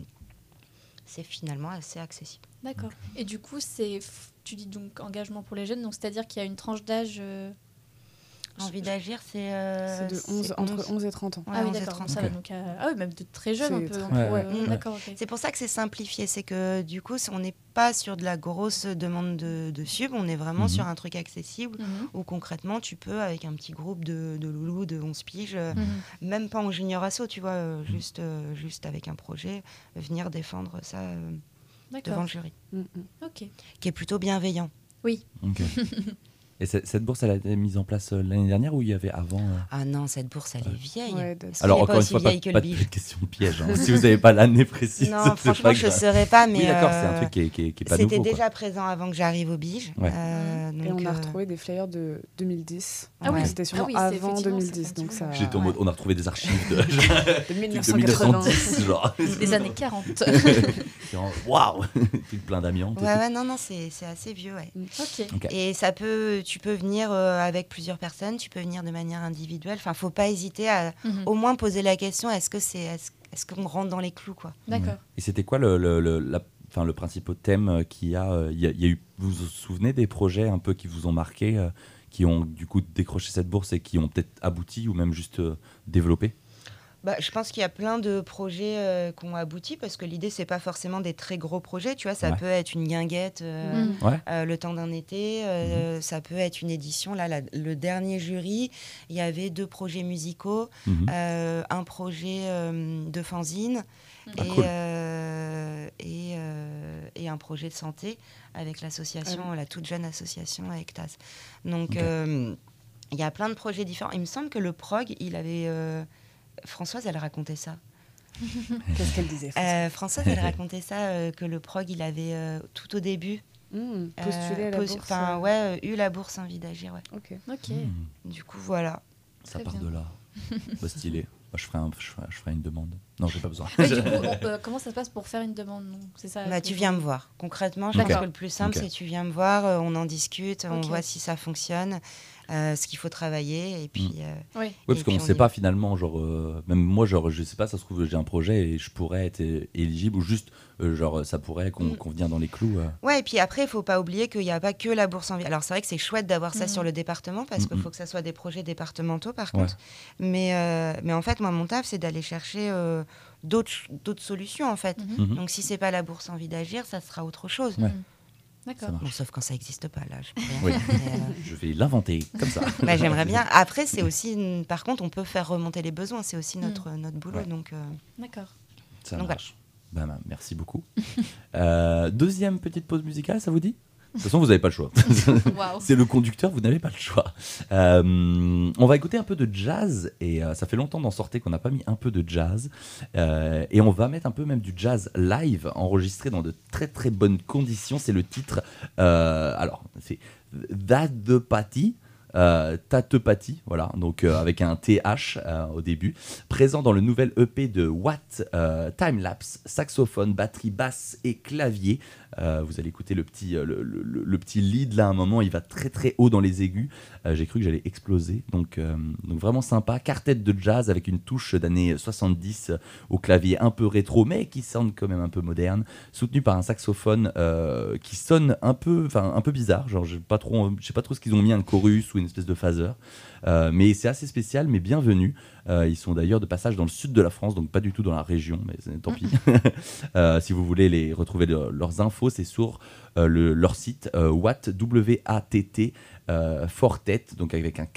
c'est finalement assez accessible. D'accord. Et du coup, tu dis donc engagement pour les jeunes, donc c'est-à-dire qu'il y a une tranche d'âge... Envie d'agir, c'est entre 11 et 30 ans. Ouais, ah oui, 11 et d'accord. 30. Ça va, donc, oui, même de très jeune, C'est on peut. très- Ouais. D'accord, ok. C'est pour ça que c'est simplifié. C'est que du coup, on n'est pas sur de la grosse demande de sub. On est vraiment sur un truc accessible où concrètement, tu peux, avec un petit groupe de loulous de 11 piges, même pas en junior asso, tu vois, juste avec un projet, venir défendre ça devant D'accord. le jury, Ok. qui est plutôt bienveillant. Oui. Ok. Et cette bourse, elle a été mise en place l'année dernière ou il y avait avant Ah non, cette bourse, elle est vieille. Ouais, Est-ce qu'elle Alors, est pas encore une aussi fois, vieille que le pas de bige. question piège. Hein. Si vous n'avez pas l'année précise, Non, c'est franchement, pas je ne grave. saurais pas, mais Oui, d'accord, c'est un truc qui est pas c'était nouveau. déjà Quoi. présent avant que j'arrive au bige. Ouais. Donc, Et on a retrouvé des flyers de 2010. Ah oui. Donc c'était sûrement Ah oui, c'est avant effectivement, 2010. ça Donc fait ça. J'étais en mode, on a retrouvé des archives de, de de 1980. 1910, genre. Des années 40. C'est vraiment, waouh, tout plein d'amiante. et tout. ouais, non, c'est assez vieux, ouais. Ok. Ok. Et tu peux venir avec plusieurs personnes, tu peux venir de manière individuelle. Enfin, faut pas hésiter à au moins poser la question est-ce qu'on rentre dans les clous, quoi. D'accord. Et c'était quoi le principal thème qu'il y a il y a eu, vous vous souvenez des projets un peu qui vous ont marqué, qui ont du coup décroché cette bourse et qui ont peut-être abouti ou même juste développé? Je pense qu'il y a plein de projets qui ont abouti parce que l'idée, c'est pas forcément des très gros projets. Tu vois, ça peut être une guinguette le temps d'un été. Ça peut être une édition. Là, le dernier jury, il y avait 2 projets musicaux, un projet de fanzine Cool. et un projet de santé avec l'association, la toute jeune association ECTAS. Donc, il y a plein de projets différents. Il me semble que le prog, il avait... Françoise, elle racontait ça. Qu'est-ce qu'elle disait Françoise, elle racontait ça, que le prog, il avait tout au début postulé à la bourse. eu la bourse Envie d'agir. Ouais. Ok. Du coup, voilà. Ça Très part bien. de là. Stylé. Moi, je ferai une demande. Non, j'ai pas besoin. Ouais, du coup, comment ça se passe pour faire une demande, non ? C'est ça. Tu viens me voir. Concrètement, je Ok. pense que le plus simple, Ok. c'est tu viens me voir, on en discute, on Ok. voit si ça fonctionne, ce qu'il faut travailler, et puis... Oui. Oui, parce Et qu'on puis ne on sait y pas va. finalement, genre, même moi, genre, je sais pas, ça se trouve, j'ai un projet et je pourrais être éligible ou juste, genre, ça pourrait qu'on vienne dans les clous. Ouais, et puis après, il faut pas oublier qu'il n'y a pas que la bourse Envie. Alors, c'est vrai que c'est chouette d'avoir ça sur le département, parce qu'il faut que ça soit des projets départementaux, par contre. Mais en fait, moi, mon taf, c'est d'aller chercher d'autres solutions, en fait. Donc, si c'est pas la bourse Envie d'agir, ça sera autre chose. Ouais. D'accord. Ça marche. Bon, sauf quand ça n'existe pas, là. Je peux rien Oui. faire, mais, Je vais l'inventer comme ça. j'aimerais bien. Après, c'est aussi... Par contre, on peut faire remonter les besoins. C'est aussi notre boulot. Ouais. Donc, D'accord. Ça Donc, marche. Merci beaucoup. Deuxième petite pause musicale, ça vous dit? De toute façon, vous n'avez pas le choix. Waouh. C'est le conducteur, vous n'avez pas le choix. On va écouter un peu de jazz, et ça fait longtemps d'en sortir qu'on n'a pas mis un peu de jazz. Et on va mettre un peu même du jazz live, enregistré dans de très très bonnes conditions. C'est le titre, alors, c'est That the Party. Tatepati, voilà, donc avec un TH au début, présent dans le nouvel EP de Watt, Timelapse, saxophone, batterie, basse et clavier. Vous allez écouter le petit lead là, à un moment, il va très très haut dans les aigus. J'ai cru que j'allais exploser, donc vraiment sympa. Quartet de jazz avec une touche d'années 70 au clavier un peu rétro, mais qui sonne quand même un peu moderne, soutenu par un saxophone qui sonne un peu bizarre. Genre, je sais pas trop ce qu'ils ont mis, un chorus ou une espèce de phaser. Mais c'est assez spécial, mais bienvenue. Ils sont d'ailleurs de passage dans le sud de la France, donc pas du tout dans la région, mais tant pis. Si vous voulez les retrouver leurs infos, c'est sur leur site Watt, W-A-T-T, Fortet, donc avec un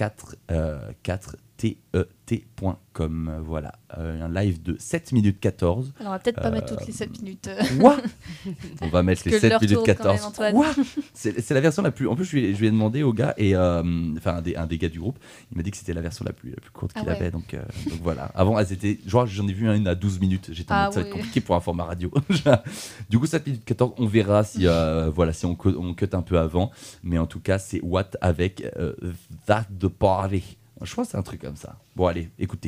4TET.com. Voilà, un live de 7 minutes 14. Alors, on va peut-être pas mettre toutes les 7 minutes. Quoi On va mettre les 7 minutes 14. Antoine. Quoi c'est la version la plus. En plus, je lui ai demandé au gars, et enfin, un des gars du groupe, il m'a dit que c'était la version la plus courte qu'il avait. Donc voilà. Avant, j'en ai vu une à 12 minutes. J'étais en mode, ça va être compliqué pour un format radio. Du coup, 7 minutes 14, on verra si on cut un peu avant. Mais en tout cas, c'est Watt avec That the Party. Je crois que c'est un truc comme ça. Bon, allez, écoutez.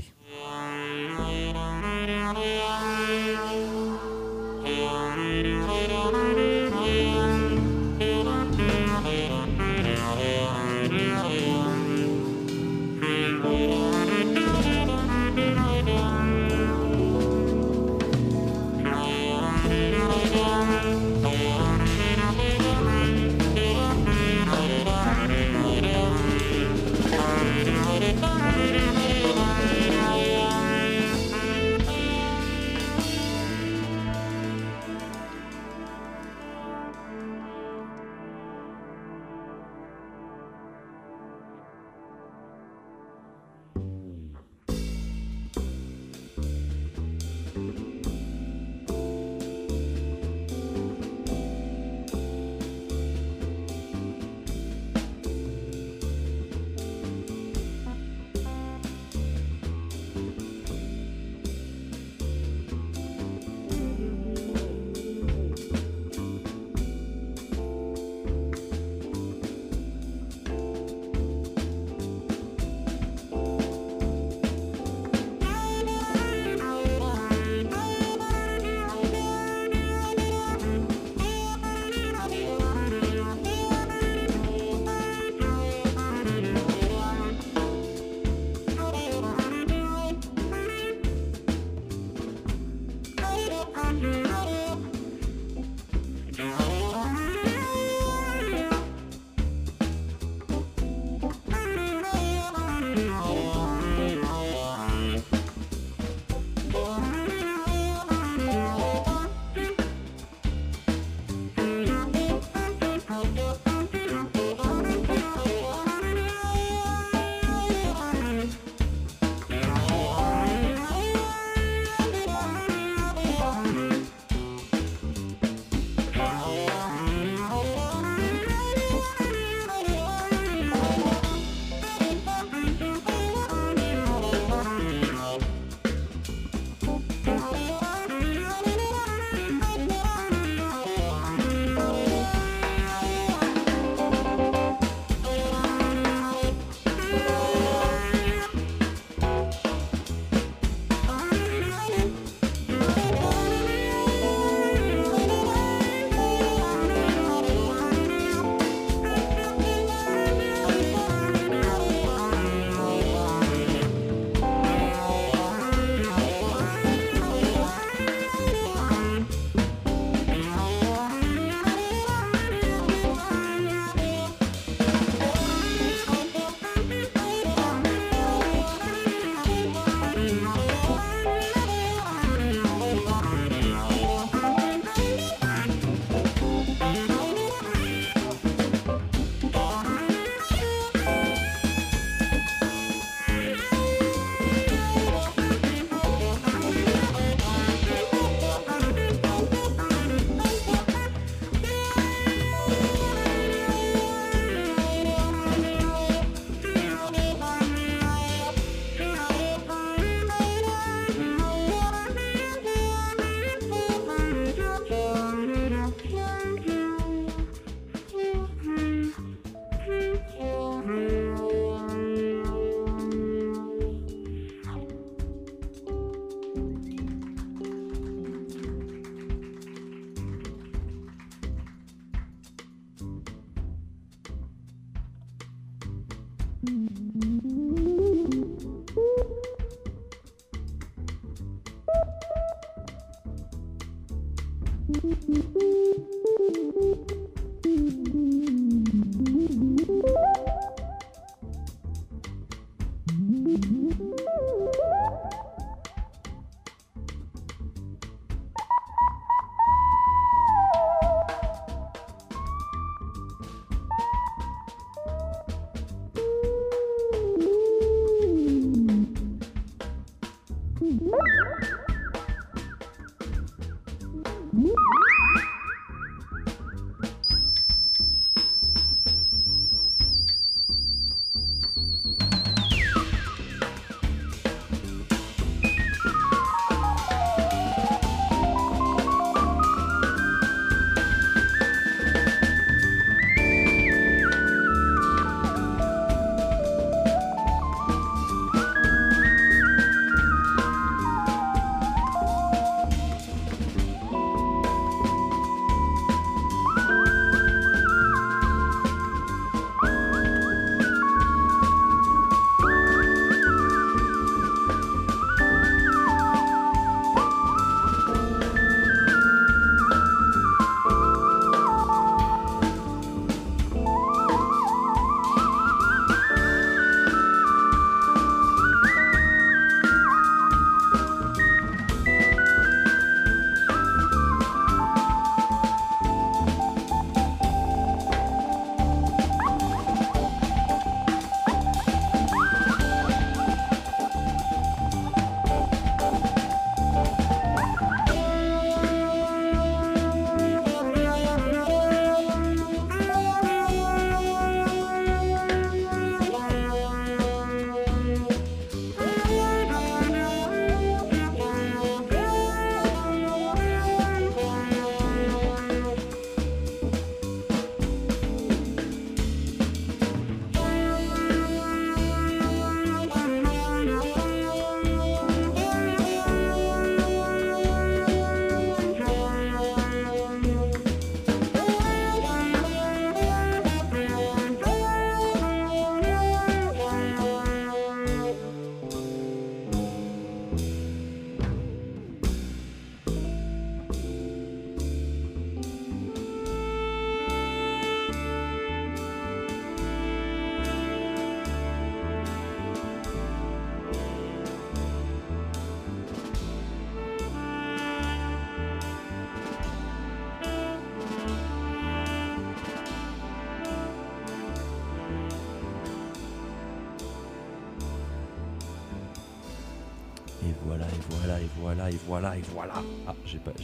Et voilà. Ah, j'ai pas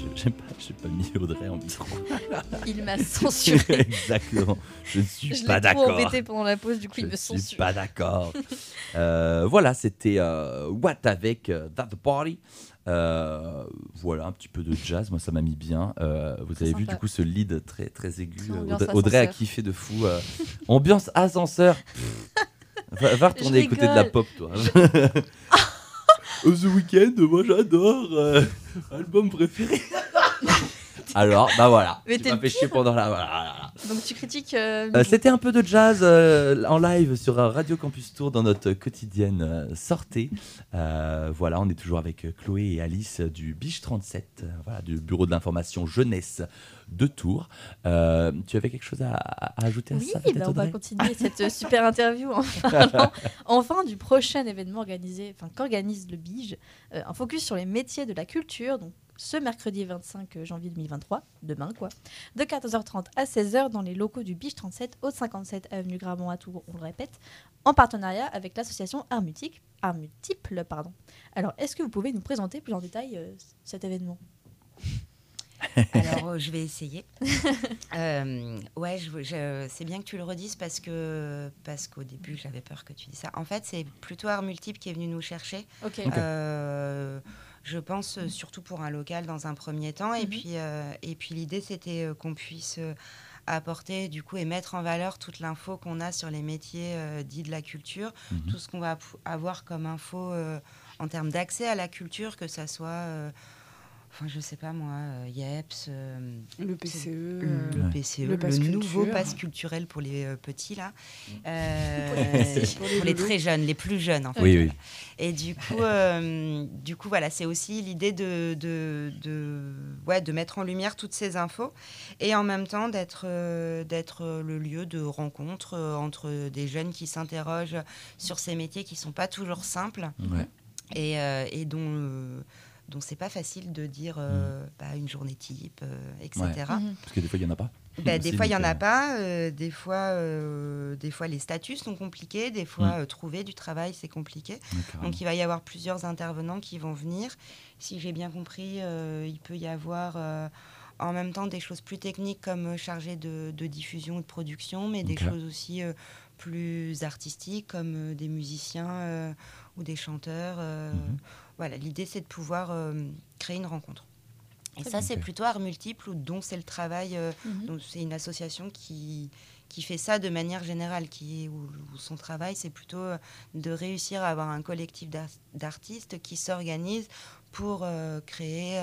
mis Audrey en micro. Il m'a censuré. Exactement. Je ne suis Je pas l'ai d'accord. trop embêté pendant la pause, du coup il me censure. Je suis pas d'accord. Voilà, c'était What avec That Party. Voilà, un petit peu de jazz, moi ça m'a mis bien. Vous Très avez vu sympa. du coup ce lead très, très aigu. Ambiance Audrey a ascenseur. kiffé de fou. Ambiance ascenseur. Va retourner Je écouter de la rigole. pop, toi. The Weeknd, moi j'adore. Album préféré. Alors, bah voilà. Mais Tu t'es m'as le fait chier pendant la. Voilà. Donc tu critiques. C'était un peu de jazz en live sur Radio Campus Tour dans notre quotidienne sortée. Voilà, on est toujours avec Chloé et Alice du Biche 37, voilà, du bureau de l'information jeunesse de Tours. Tu avais quelque chose à ajouter à Oui, ça peut-être, bah on va Audrey continuer cette super interview en parlant enfin du prochain événement qu'organise le Bige, un focus sur les métiers de la culture, donc ce mercredi 25 janvier 2023, demain quoi, de 14h30 à 16h dans les locaux du Biche 37 au 57 avenue Gramont à Tours, on le répète, en partenariat avec l'association Arts Multiples. Alors, est-ce que vous pouvez nous présenter plus en détail cet événement ? Alors, je vais essayer. Ouais, c'est bien que tu le redises parce qu'au début, j'avais peur que tu dises ça. En fait, c'est plutôt Arts Multiples qui est venu nous chercher. Ok. Je pense surtout pour un local dans un premier temps. Et puis l'idée, c'était qu'on puisse apporter du coup et mettre en valeur toute l'info qu'on a sur les métiers dits de la culture, tout ce qu'on va avoir comme info en termes d'accès à la culture, que ça soit enfin je sais pas moi, IEPS, Le PCE, le PCE, le pass nouveau culture. pass culturel pour les petits là, Pour les pour les loulous. très jeunes, les plus jeunes en fait. Oui, oui. Et du coup, voilà, c'est aussi l'idée de mettre en lumière toutes ces infos et en même temps d'être le lieu de rencontre entre des jeunes qui s'interrogent sur ces métiers qui sont pas toujours simples Ouais. et dont c'est pas facile de dire une journée type, etc. Parce que des fois, il n'y en a pas. Des Aussi, fois, il n'y en donc, a pas. Des fois, les statuts sont compliqués. Des fois, trouver du travail, c'est compliqué. carrément. Donc, il va y avoir plusieurs intervenants qui vont venir. Si j'ai bien compris, il peut y avoir en même temps des choses plus techniques comme chargé de diffusion ou de production, mais des choses aussi plus artistiques comme des musiciens ou des chanteurs. Voilà, l'idée, c'est de pouvoir créer une rencontre. Et ça, c'est plutôt Arts Multiples, dont c'est le travail. Donc c'est une association qui fait ça de manière générale, où son travail, c'est plutôt de réussir à avoir un collectif d'artistes qui s'organisent pour créer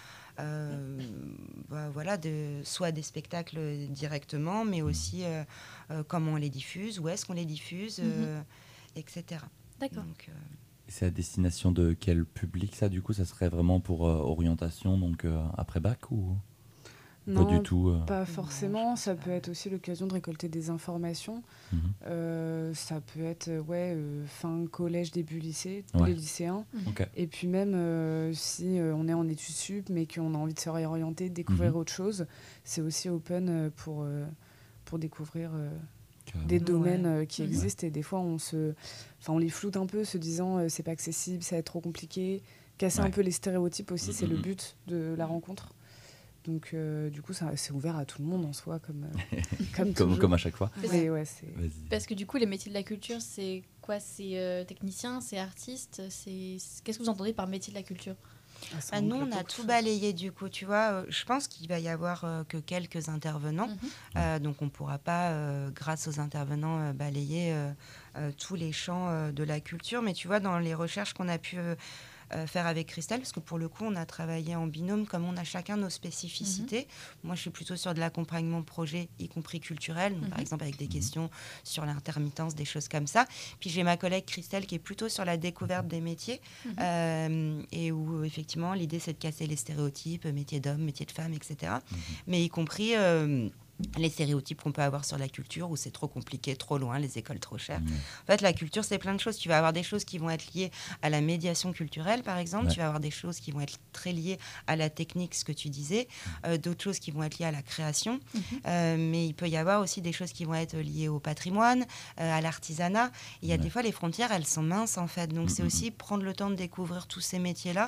soit des spectacles directement, mais aussi comment on les diffuse, où est-ce qu'on les diffuse, etc. D'accord. Donc, c'est à destination de quel public ça, du coup? Ça serait vraiment pour orientation, donc après bac ou Non, pas du tout pas forcément. Ça peut être aussi l'occasion de récolter des informations. Ça peut être fin collège, début lycée, les lycéens. Ok. Et puis même si on est en études sup, mais qu'on a envie de se réorienter, de découvrir autre chose, c'est aussi open pour découvrir des domaines qui existent. Et des fois, on les floute un peu, se disant c'est pas accessible, ça va être trop compliqué. Casser un peu les stéréotypes aussi, c'est le but de la rencontre. Donc, du coup, c'est ouvert à tout le monde en soi, comme à chaque fois. Mais, parce que du coup, les métiers de la culture, c'est quoi? C'est technicien, c'est artiste, qu'est-ce que vous entendez par métier de la culture? Nous, on a tout balayé du coup, tu vois. Je pense qu'il va y avoir que quelques intervenants. Donc, on ne pourra pas, grâce aux intervenants, balayer tous les champs de la culture. Mais tu vois, dans les recherches qu'on a pu faire avec Christelle, parce que pour le coup, on a travaillé en binôme, comme on a chacun nos spécificités. Moi, je suis plutôt sur de l'accompagnement de projet, y compris culturel, donc, par exemple avec des questions sur l'intermittence, des choses comme ça. Puis j'ai ma collègue Christelle qui est plutôt sur la découverte des métiers, et où effectivement, l'idée, c'est de casser les stéréotypes, métier d'homme, métier de femme, etc. Mais y compris les stéréotypes qu'on peut avoir sur la culture, où c'est trop compliqué, trop loin, les écoles trop chères. En fait, la culture, c'est plein de choses. Tu vas avoir des choses qui vont être liées à la médiation culturelle, par exemple. Tu vas avoir des choses qui vont être très liées à la technique, ce que tu disais. D'autres choses qui vont être liées à la création. Mais il peut y avoir aussi des choses qui vont être liées au patrimoine, à l'artisanat. Il y a des fois, les frontières, elles sont minces, en fait. Donc, c'est aussi prendre le temps de découvrir tous ces métiers-là.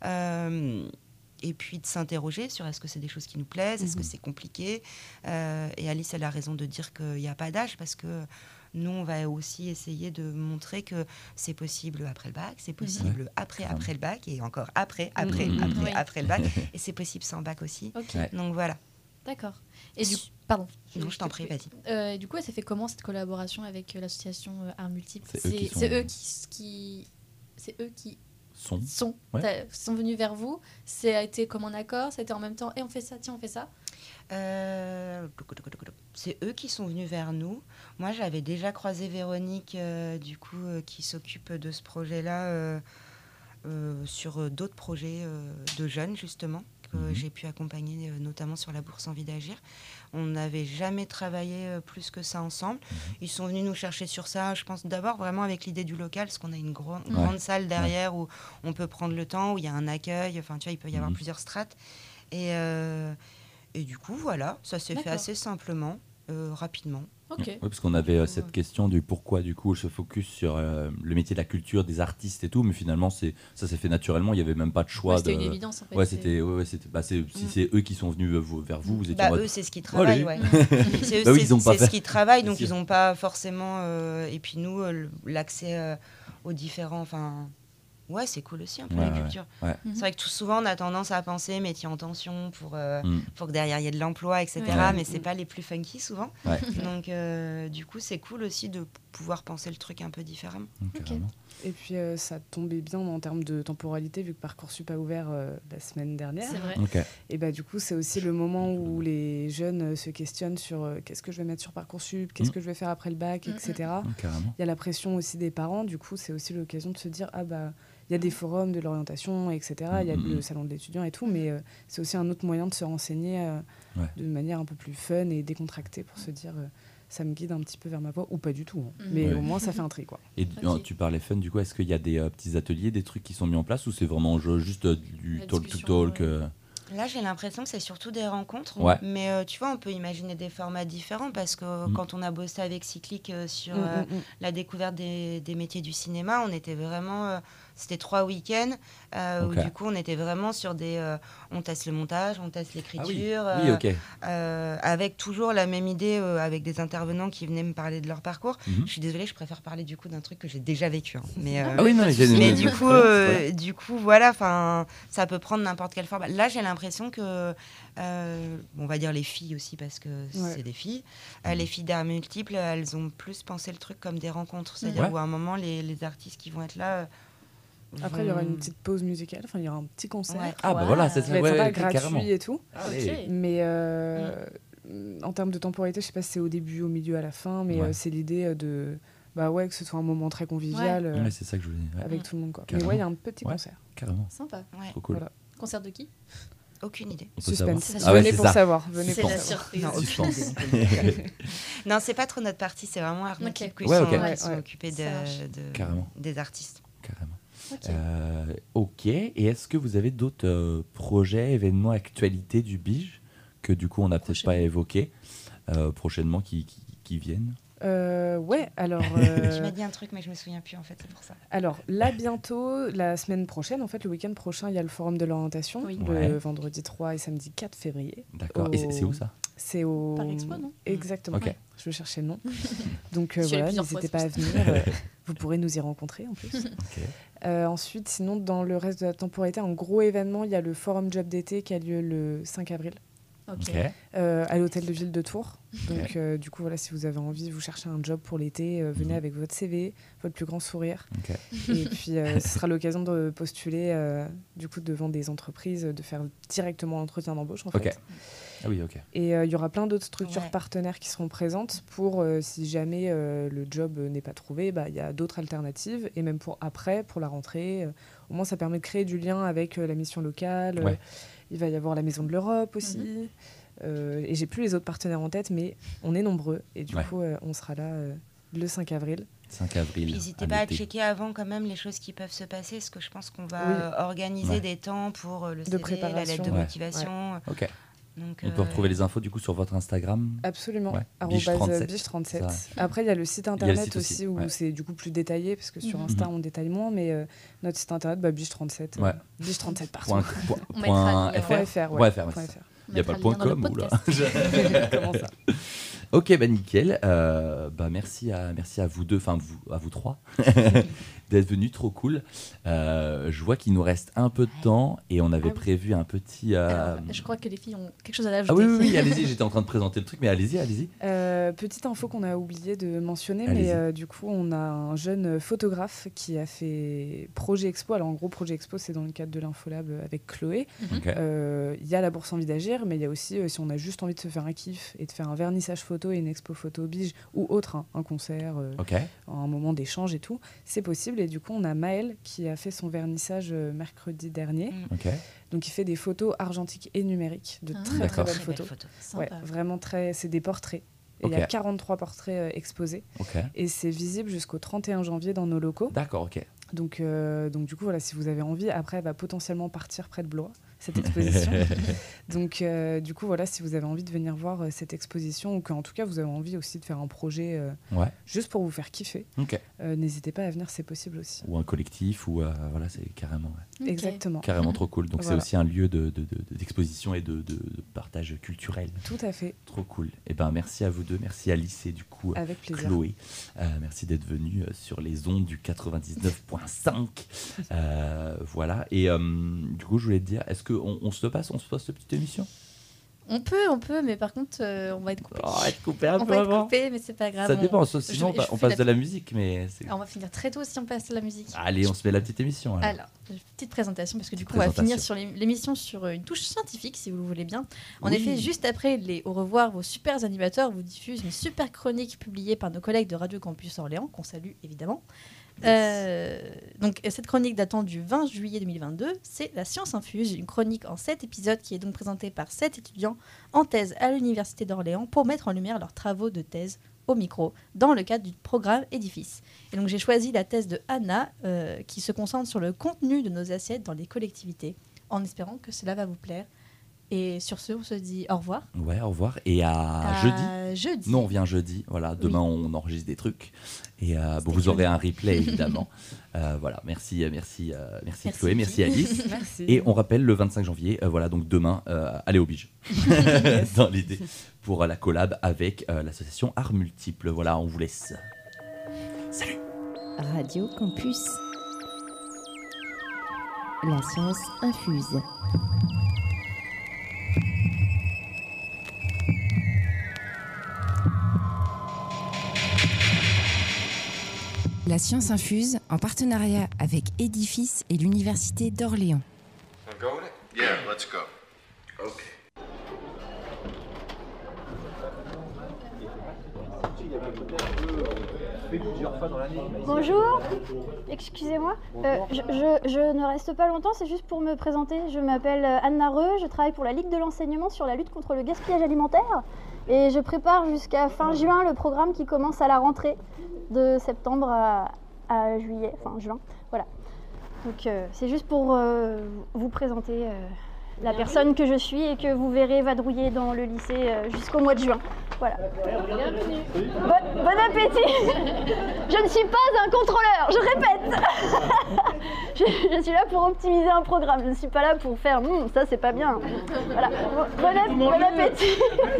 Et puis de s'interroger sur est-ce que c'est des choses qui nous plaisent, est-ce que c'est compliqué. Et Alice, elle a raison de dire qu'il n'y a pas d'âge, parce que nous, on va aussi essayer de montrer que c'est possible après le bac, c'est possible après le bac, et encore après le bac, et c'est possible sans bac aussi. Donc voilà. D'accord. Et pardon. Non, je t'en prie, vas-y. Du coup, ça fait comment cette collaboration avec l'association Arts Multiples? C'est eux qui sont venus vers vous. Ça a été comme un accord, ça a été en même temps, et on fait ça, tiens, on fait ça. C'est eux qui sont venus vers nous. Moi, j'avais déjà croisé Véronique, qui s'occupe de ce projet-là sur d'autres projets de jeunes, justement, que j'ai pu accompagner, notamment sur la bourse Envie d'agir. On n'avait jamais travaillé plus que ça ensemble. Ils sont venus nous chercher sur ça, je pense d'abord vraiment avec l'idée du local, parce qu'on a une grande salle derrière où on peut prendre le temps, où il y a un accueil, enfin tu vois, il peut y avoir plusieurs strates. Et du coup, voilà, ça s'est fait assez simplement, rapidement. Okay. Oui, parce qu'on avait cette question du pourquoi du coup se focus sur le métier de la culture, des artistes et tout, mais finalement ça s'est fait naturellement, il n'y avait même pas de choix. C'était une évidence en fait. Si c'est eux qui sont venus vers vous, vous étiez en mode... Eux, c'est ce qu'ils travaillent, c'est ce qu'ils travaillent, donc ils n'ont pas forcément... et puis nous, l'accès aux différents... Ouais, c'est cool aussi un peu Ouais, la ouais, culture. ouais. C'est vrai que tout souvent on a tendance à penser métier en tension pour que derrière il y ait de l'emploi, etc. Ouais. Mais c'est pas les plus funky souvent. Ouais. Donc du coup c'est cool aussi de pouvoir penser le truc un peu différemment. Carrément. Et puis ça tombait bien en termes de temporalité vu que Parcoursup a ouvert la semaine dernière. C'est vrai. Ok. Et bah du coup c'est aussi le moment où les jeunes se questionnent sur qu'est-ce que je vais mettre sur Parcoursup, qu'est-ce que je vais faire après le bac, etc. Carrément. Il y a la pression aussi des parents, du coup c'est aussi l'occasion de se dire ah bah il y a des forums de l'orientation, etc. Il y a le salon de l'étudiant et tout, mais c'est aussi un autre moyen de se renseigner de manière un peu plus fun et décontractée pour se dire ça me guide un petit peu vers ma voie, ou pas du tout, hein. Mais au moins ça fait un tri, quoi. Et tu parlais fun, du coup, est-ce qu'il y a des petits ateliers, des trucs qui sont mis en place, ou c'est vraiment juste du La talk to discussion, talk Là, j'ai l'impression que c'est surtout des rencontres. Ouais. Mais tu vois, on peut imaginer des formats différents parce que quand on a bossé avec Cyclic sur la découverte des métiers du cinéma, on était vraiment... c'était 3 week-ends où du coup, on était vraiment sur des... on teste le montage, on teste l'écriture. Oui, ok. Avec toujours la même idée, avec des intervenants qui venaient me parler de leur parcours. Je suis désolée, je préfère parler du coup d'un truc que j'ai déjà vécu. Hein. Mais, Ah oui, non, mais du coup, voilà, ça peut prendre n'importe quelle forme. Là, j'ai l'impression que, on va dire les filles aussi, parce que c'est des filles, les filles d'arts multiples, elles ont plus pensé le truc comme des rencontres. C'est-à-dire où à un moment, les artistes qui vont être là... Après, il y aura une petite pause musicale, enfin, il y aura un petit concert. Ouais. Ah bah voilà, c'est Ça va être gratuit carrément. et tout. Allez. Mais en termes de temporalité, je sais pas si c'est au début, au milieu, à la fin, mais c'est l'idée de... Bah ouais, que ce soit un moment très convivial Ouais, c'est ça que je voulais dire. avec tout le monde, quoi. Carrément. Mais ouais, il y a un petit concert. Carrément. Sympa. Ouais. Trop cool. Voilà. Concert de qui? Aucune idée. On peut savoir. Suspense. Ah ouais, Venez c'est pour ça. savoir. Venez C'est pour la savoir. surprise. Non, Suspense. Non, c'est pas trop notre partie, c'est vraiment Art Multiple qui Ouais, sont, ok. qui sont occupés Ça marche. Carrément. des artistes. Carrément. Ok. Ok. Et est-ce que vous avez d'autres projets, événements, actualités du Bige que du coup on n'a peut-être pas évoqué prochainement qui viennent? Ouais, alors... Tu m'as dit un truc, mais je me souviens plus, en fait, c'est pour ça. Alors là, bientôt, la semaine prochaine, en fait, le week-end prochain, il y a le forum de l'orientation, le vendredi 3 et samedi 4 février. D'accord. Et c'est où ça? C'est au... Paris Expo, non? Exactement. Ok. Je vais chercher le nom. Donc Je suis allée voilà, plusieurs fois, n'hésitez c'est pas à pour venir. Vous pourrez nous y rencontrer, en plus. Ok. Ensuite, sinon, dans le reste de la temporalité, un gros événement, il y a le forum Job d'été qui a lieu le 5 avril. Ok. À l'hôtel de ville de Tours. Donc, du coup, voilà, si vous avez envie, vous cherchez un job pour l'été, venez avec votre CV, votre plus grand sourire. Et puis, ce sera l'occasion de postuler du coup, devant des entreprises, de faire directement l'entretien d'embauche, en fait. Ah oui, ok. Et il y aura plein d'autres structures partenaires qui seront présentes pour, si jamais le job n'est pas trouvé, bah, y a d'autres alternatives. Et même pour après, pour la rentrée, au moins, ça permet de créer du lien avec la mission locale. Il va y avoir la Maison de l'Europe aussi. Et j'ai plus les autres partenaires en tête, mais on est nombreux. Et du coup, on sera là le 5 avril. 5 avril. Puis n'hésitez pas à checker avant quand même les choses qui peuvent se passer, parce que je pense qu'on va organiser des temps pour le CV, la lettre de motivation. Ok. Donc, on peut retrouver les infos du coup sur votre Instagram. Absolument. Bige37. Bige37. Après, il y a le site internet aussi où c'est du coup plus détaillé, parce que sur Insta, on détaille moins, mais notre site internet, Bige37. Bige37 partout. .fr. Il n'y a pas le .com ou là. Comment ça? Ok, bah nickel. Merci à vous deux, enfin à vous trois, d'être venus, trop cool. Je vois qu'il nous reste un peu de temps et on avait prévu un petit... Alors, je crois que les filles ont quelque chose à ajouter. Ah oui, allez-y, j'étais en train de présenter le truc, mais allez-y. Petite info qu'on a oublié de mentionner, mais du coup, on a un jeune photographe qui a fait Projet Expo. Alors en gros, Projet Expo, c'est dans le cadre de l'Infolab avec Chloé. Il y a la bourse Envie d'agir, mais il y a aussi, si on a juste envie de se faire un kiff et de faire un vernissage photo et une expo photo Bige ou autre, un concert, un moment d'échange et tout, c'est possible. Et du coup, on a Maëlle qui a fait son vernissage mercredi dernier. Donc, il fait des photos argentiques et numériques, de très belles photos. Vraiment c'est des portraits. Et il y a 43 portraits exposés. Et c'est visible jusqu'au 31 janvier dans nos locaux. D'accord, ok. Donc du coup, voilà, si vous avez envie, après, elle va potentiellement partir près de Blois. cette exposition. Donc, du coup, voilà, si vous avez envie de venir voir cette exposition ou qu'en tout cas, vous avez envie aussi de faire un projet juste pour vous faire kiffer, n'hésitez pas à venir, c'est possible aussi. Ou un collectif, ou voilà, c'est carrément... Exactement. Carrément trop cool. Donc, c'est aussi un lieu d'exposition et de partage culturel. Tout à fait. Trop cool. Et ben, merci à vous deux. Merci Alice et du coup, avec plaisir. Chloé. Merci d'être venue sur les ondes du 99.5. Voilà. Et du coup, je voulais te dire, est-ce qu'on se passe cette petite émission ? On peut, mais par contre, on va être coupé. On va être coupé un on peu va avant. être coupé, mais c'est pas grave. Ça dépend. Sinon, on passe de la musique, mais... On va finir très tôt si on passe de la musique. Allez, on se met la petite émission. Alors, petite présentation, parce que du coup, on va finir sur l'émission sur une touche scientifique, si vous le voulez bien. En effet, juste après les au revoir, vos super animateurs vous diffusent une super chronique publiée par nos collègues de Radio Campus Orléans, qu'on salue évidemment. Donc cette chronique datant du 20 juillet 2022, c'est La Science Infuse, une chronique en 7 épisodes qui est donc présentée par 7 étudiants en thèse à l'Université d'Orléans pour mettre en lumière leurs travaux de thèse au micro dans le cadre du programme Édifice. Et donc j'ai choisi la thèse de Anna qui se concentre sur le contenu de nos assiettes dans les collectivités, en espérant que cela va vous plaire. Et sur ce, on se dit au revoir. Ouais, au revoir. Et à jeudi. Nous, on vient jeudi. Voilà, demain, on enregistre des trucs. Et vous aurez un replay, évidemment. Voilà, merci Chloé, merci Alice. Merci. Et on rappelle le 25 janvier, voilà, donc demain, allez au Bige. Dans l'idée, pour la collab avec l'association Arts Multiples. Voilà, on vous laisse. Salut. Radio Campus. La science infuse. La Science Infuse, en partenariat avec Édifice et l'Université d'Orléans. Wanna go with it? Yeah, let's go. Okay. Bonjour, excusez-moi, je ne reste pas longtemps, c'est juste pour me présenter. Je m'appelle Anna Reux, je travaille pour la Ligue de l'enseignement sur la lutte contre le gaspillage alimentaire et je prépare jusqu'à fin juin le programme qui commence à la rentrée de septembre à juillet, fin juin, voilà. Donc c'est juste pour vous présenter la personne que je suis et que vous verrez vadrouiller dans le lycée jusqu'au mois de juin. Voilà. Bienvenue. Bon appétit. Je ne suis pas un contrôleur, je répète. je suis là pour optimiser un programme, je ne suis pas là pour faire ça c'est pas bien. Voilà. Bon appétit.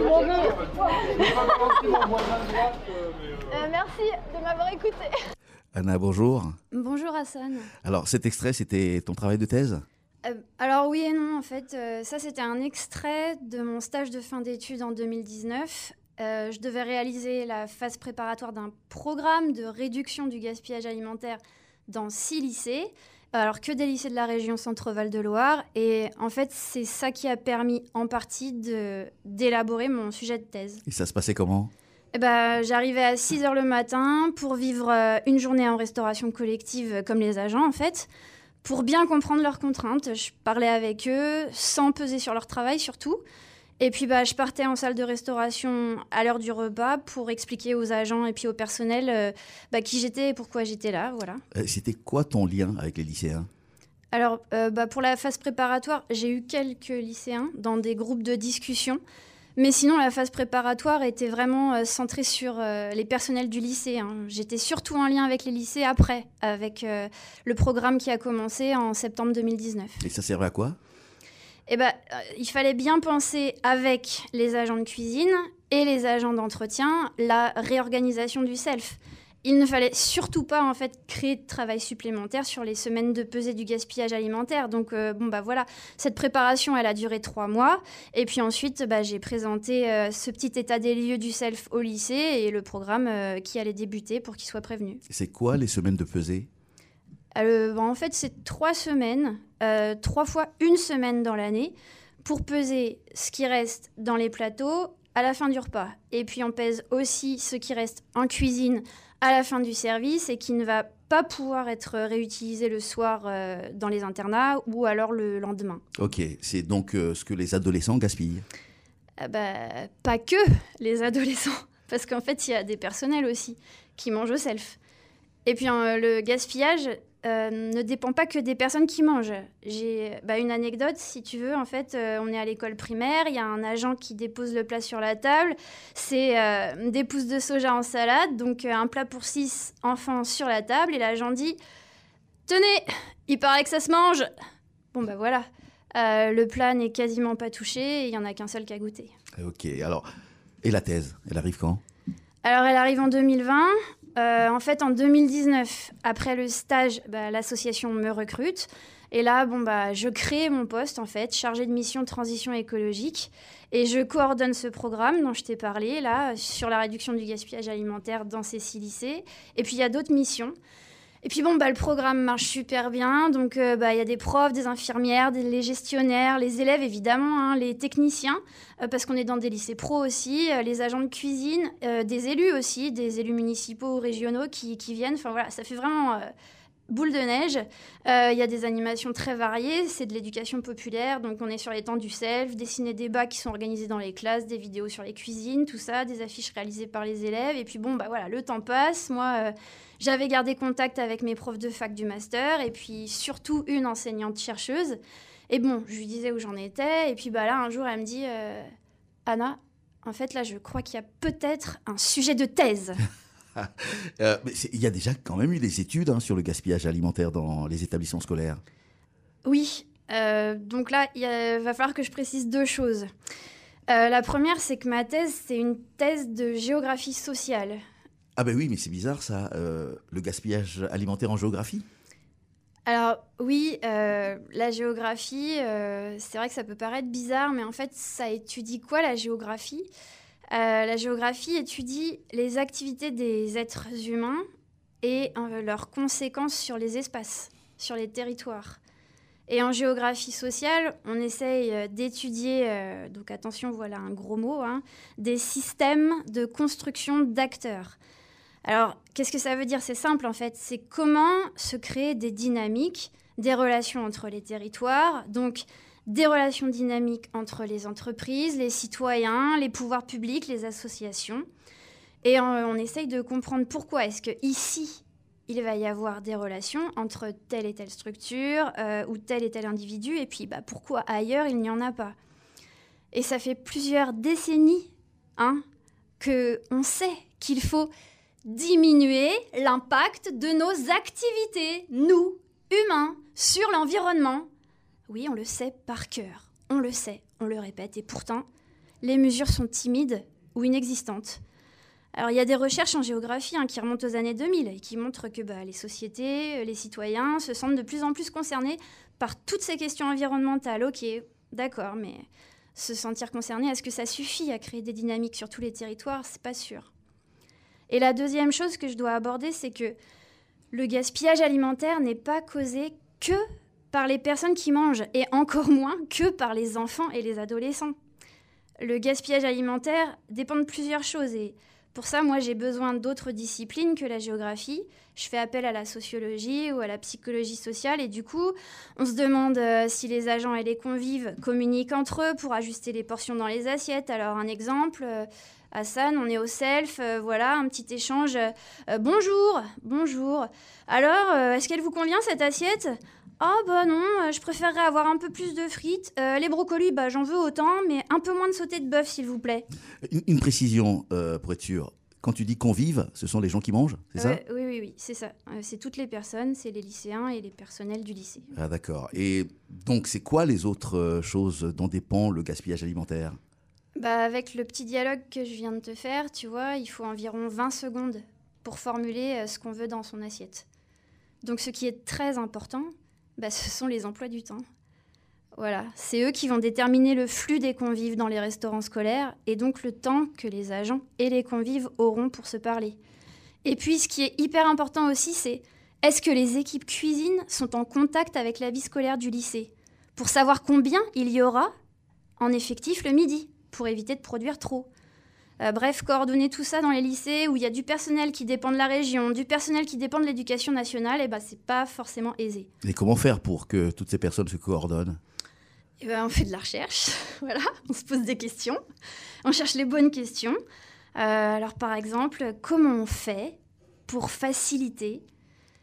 Merci de m'avoir écouté. Anna, bonjour. Bonjour Hassan. Alors cet extrait, c'était ton travail de thèse ? Alors oui et non, en fait, ça c'était un extrait de mon stage de fin d'études en 2019. Je devais réaliser la phase préparatoire d'un programme de réduction du gaspillage alimentaire dans 6 lycées, alors que des lycées de la région Centre-Val de Loire. Et en fait, c'est ça qui a permis en partie d'élaborer mon sujet de thèse. Et ça se passait comment ? J'arrivais à 6h le matin pour vivre une journée en restauration collective comme les agents en fait. Pour bien comprendre leurs contraintes, je parlais avec eux sans peser sur leur travail surtout. Et puis je partais en salle de restauration à l'heure du repas pour expliquer aux agents et puis au personnel qui j'étais et pourquoi j'étais là. Voilà. C'était quoi ton lien avec les lycéens ? Alors pour la phase préparatoire, j'ai eu quelques lycéens dans des groupes de discussion. Mais sinon, la phase préparatoire était vraiment centrée sur les personnels du lycée. J'étais surtout en lien avec les lycées après, avec le programme qui a commencé en septembre 2019. Et ça servait à quoi ? Il fallait bien penser avec les agents de cuisine et les agents d'entretien la réorganisation du self. Il ne fallait surtout pas en fait créer de travail supplémentaire sur les semaines de pesée du gaspillage alimentaire. Donc voilà, cette préparation elle a duré 3 mois et puis ensuite j'ai présenté ce petit état des lieux du self au lycée et le programme qui allait débuter pour qu'ils soient prévenus. C'est quoi les semaines de pesée ? En fait c'est 3 semaines, 3 fois 1 semaine dans l'année pour peser ce qui reste dans les plateaux à la fin du repas. Et puis on pèse aussi ce qui reste en cuisine à la fin du service et qui ne va pas pouvoir être réutilisé le soir dans les internats ou alors le lendemain. Ok, c'est donc ce que les adolescents gaspillent ? Pas que les adolescents, parce qu'en fait il y a des personnels aussi qui mangent au self. Et puis le gaspillage, ne dépend pas que des personnes qui mangent. J'ai une anecdote, si tu veux. En fait, on est à l'école primaire, il y a un agent qui dépose le plat sur la table. C'est des pousses de soja en salade, donc un plat pour 6 enfants sur la table. Et l'agent dit « Tenez, il paraît que ça se mange !» Bon, voilà. Le plat n'est quasiment pas touché et il n'y en a qu'un seul qui a goûté. Ok, alors, et la thèse, elle arrive quand? Alors, elle arrive en 2020. En fait, en 2019, après le stage, l'association me recrute. Et là, je crée mon poste, en fait, chargée de mission transition écologique. Et je coordonne ce programme dont je t'ai parlé, là, sur la réduction du gaspillage alimentaire dans ces 6 lycées. Et puis, il y a d'autres missions. Et puis le programme marche super bien, donc il y a des profs, des infirmières, les gestionnaires, les élèves évidemment, les techniciens, parce qu'on est dans des lycées pro aussi, les agents de cuisine, des élus aussi, des élus municipaux ou régionaux qui viennent, enfin voilà, ça fait vraiment boule de neige. Il y a des animations très variées, c'est de l'éducation populaire, donc on est sur les temps du self, des ciné-débats qui sont organisés dans les classes, des vidéos sur les cuisines, tout ça, des affiches réalisées par les élèves, et puis voilà, le temps passe, moi... J'avais gardé contact avec mes profs de fac du master et puis surtout une enseignante chercheuse. Et je lui disais où j'en étais. Et puis là, un jour, elle me dit Anna, en fait, là, je crois qu'il y a peut-être un sujet de thèse. Il y a déjà quand même eu des études sur le gaspillage alimentaire dans les établissements scolaires. Oui. Donc là, il va falloir que je précise 2 choses. La première, c'est que ma thèse, c'est une thèse de géographie sociale. Ah oui, mais c'est bizarre ça, le gaspillage alimentaire en géographie? Alors oui, la géographie, c'est vrai que ça peut paraître bizarre, mais en fait, ça étudie quoi la géographie? La géographie étudie les activités des êtres humains et leurs conséquences sur les espaces, sur les territoires. Et en géographie sociale, on essaye d'étudier, donc attention, voilà un gros mot, des systèmes de construction d'acteurs. Alors, qu'est-ce que ça veut dire? C'est simple, en fait. C'est comment se créer des dynamiques, des relations entre les territoires, donc des relations dynamiques entre les entreprises, les citoyens, les pouvoirs publics, les associations. Et on essaye de comprendre pourquoi est-ce qu'ici, il va y avoir des relations entre telle et telle structure ou tel et tel individu, et puis pourquoi ailleurs, il n'y en a pas. Et ça fait plusieurs décennies qu'on sait qu'il faut diminuer l'impact de nos activités, nous, humains, sur l'environnement. Oui, on le sait par cœur, on le sait, on le répète, et pourtant, les mesures sont timides ou inexistantes. Alors, il y a des recherches en géographie qui remontent aux années 2000 et qui montrent que les sociétés, les citoyens se sentent de plus en plus concernés par toutes ces questions environnementales. Ok, d'accord, mais se sentir concerné, est-ce que ça suffit à créer des dynamiques sur tous les territoires? C'est pas sûr. Et la deuxième chose que je dois aborder, c'est que le gaspillage alimentaire n'est pas causé que par les personnes qui mangent, et encore moins que par les enfants et les adolescents. Le gaspillage alimentaire dépend de plusieurs choses, et pour ça, moi, j'ai besoin d'autres disciplines que la géographie. Je fais appel à la sociologie ou à la psychologie sociale, et du coup, on se demande si les agents et les convives communiquent entre eux pour ajuster les portions dans les assiettes. Alors, un exemple... Hassan, on est au self, voilà, un petit échange. Bonjour. Alors, est-ce qu'elle vous convient cette assiette? Non, je préférerais avoir un peu plus de frites. Les brocolis, j'en veux autant, mais un peu moins de sauté de bœuf, s'il vous plaît. Une précision, pour être sûr. Quand tu dis convives, ce sont les gens qui mangent, c'est ça? Oui, c'est ça. C'est toutes les personnes, c'est les lycéens et les personnels du lycée. Ah d'accord. Et donc, c'est quoi les autres choses dont dépend le gaspillage alimentaire? Avec le petit dialogue que je viens de te faire, tu vois, il faut environ 20 secondes pour formuler ce qu'on veut dans son assiette. Donc ce qui est très important, ce sont les emplois du temps. Voilà, c'est eux qui vont déterminer le flux des convives dans les restaurants scolaires et donc le temps que les agents et les convives auront pour se parler. Et puis ce qui est hyper important aussi, c'est est-ce que les équipes cuisine sont en contact avec la vie scolaire du lycée pour savoir combien il y aura en effectif le midi, pour éviter de produire trop. Bref, coordonner tout ça dans les lycées où il y a du personnel qui dépend de la région, du personnel qui dépend de l'éducation nationale, c'est pas forcément aisé. Et comment faire pour que toutes ces personnes se coordonnent? On fait de la recherche, voilà, on se pose des questions, on cherche les bonnes questions. Alors par exemple, comment on fait pour faciliter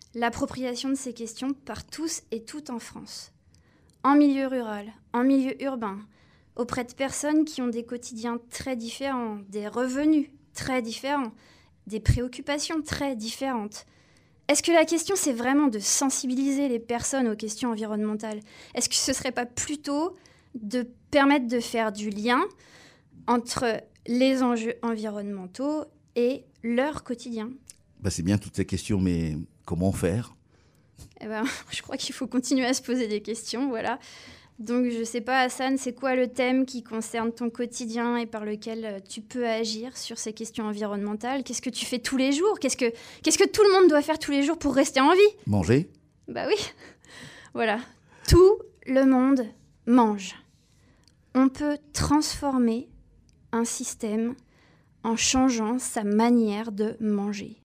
l'appropriation de ces questions par tous et toutes en France, en milieu rural, en milieu urbain, auprès de personnes qui ont des quotidiens très différents, des revenus très différents, des préoccupations très différentes. Est-ce que la question, c'est vraiment de sensibiliser les personnes aux questions environnementales ? Est-ce que ce ne serait pas plutôt de permettre de faire du lien entre les enjeux environnementaux et leur quotidien ? C'est bien toutes ces questions, mais comment faire ? Je crois qu'il faut continuer à se poser des questions, voilà. Donc, je ne sais pas, Hassan, c'est quoi le thème qui concerne ton quotidien et par lequel tu peux agir sur ces questions environnementales ? Qu'est-ce que tu fais tous les jours ? Qu'est-ce que tout le monde doit faire tous les jours pour rester en vie ? Manger ? Bah oui, voilà. Tout le monde mange. On peut transformer un système en changeant sa manière de manger.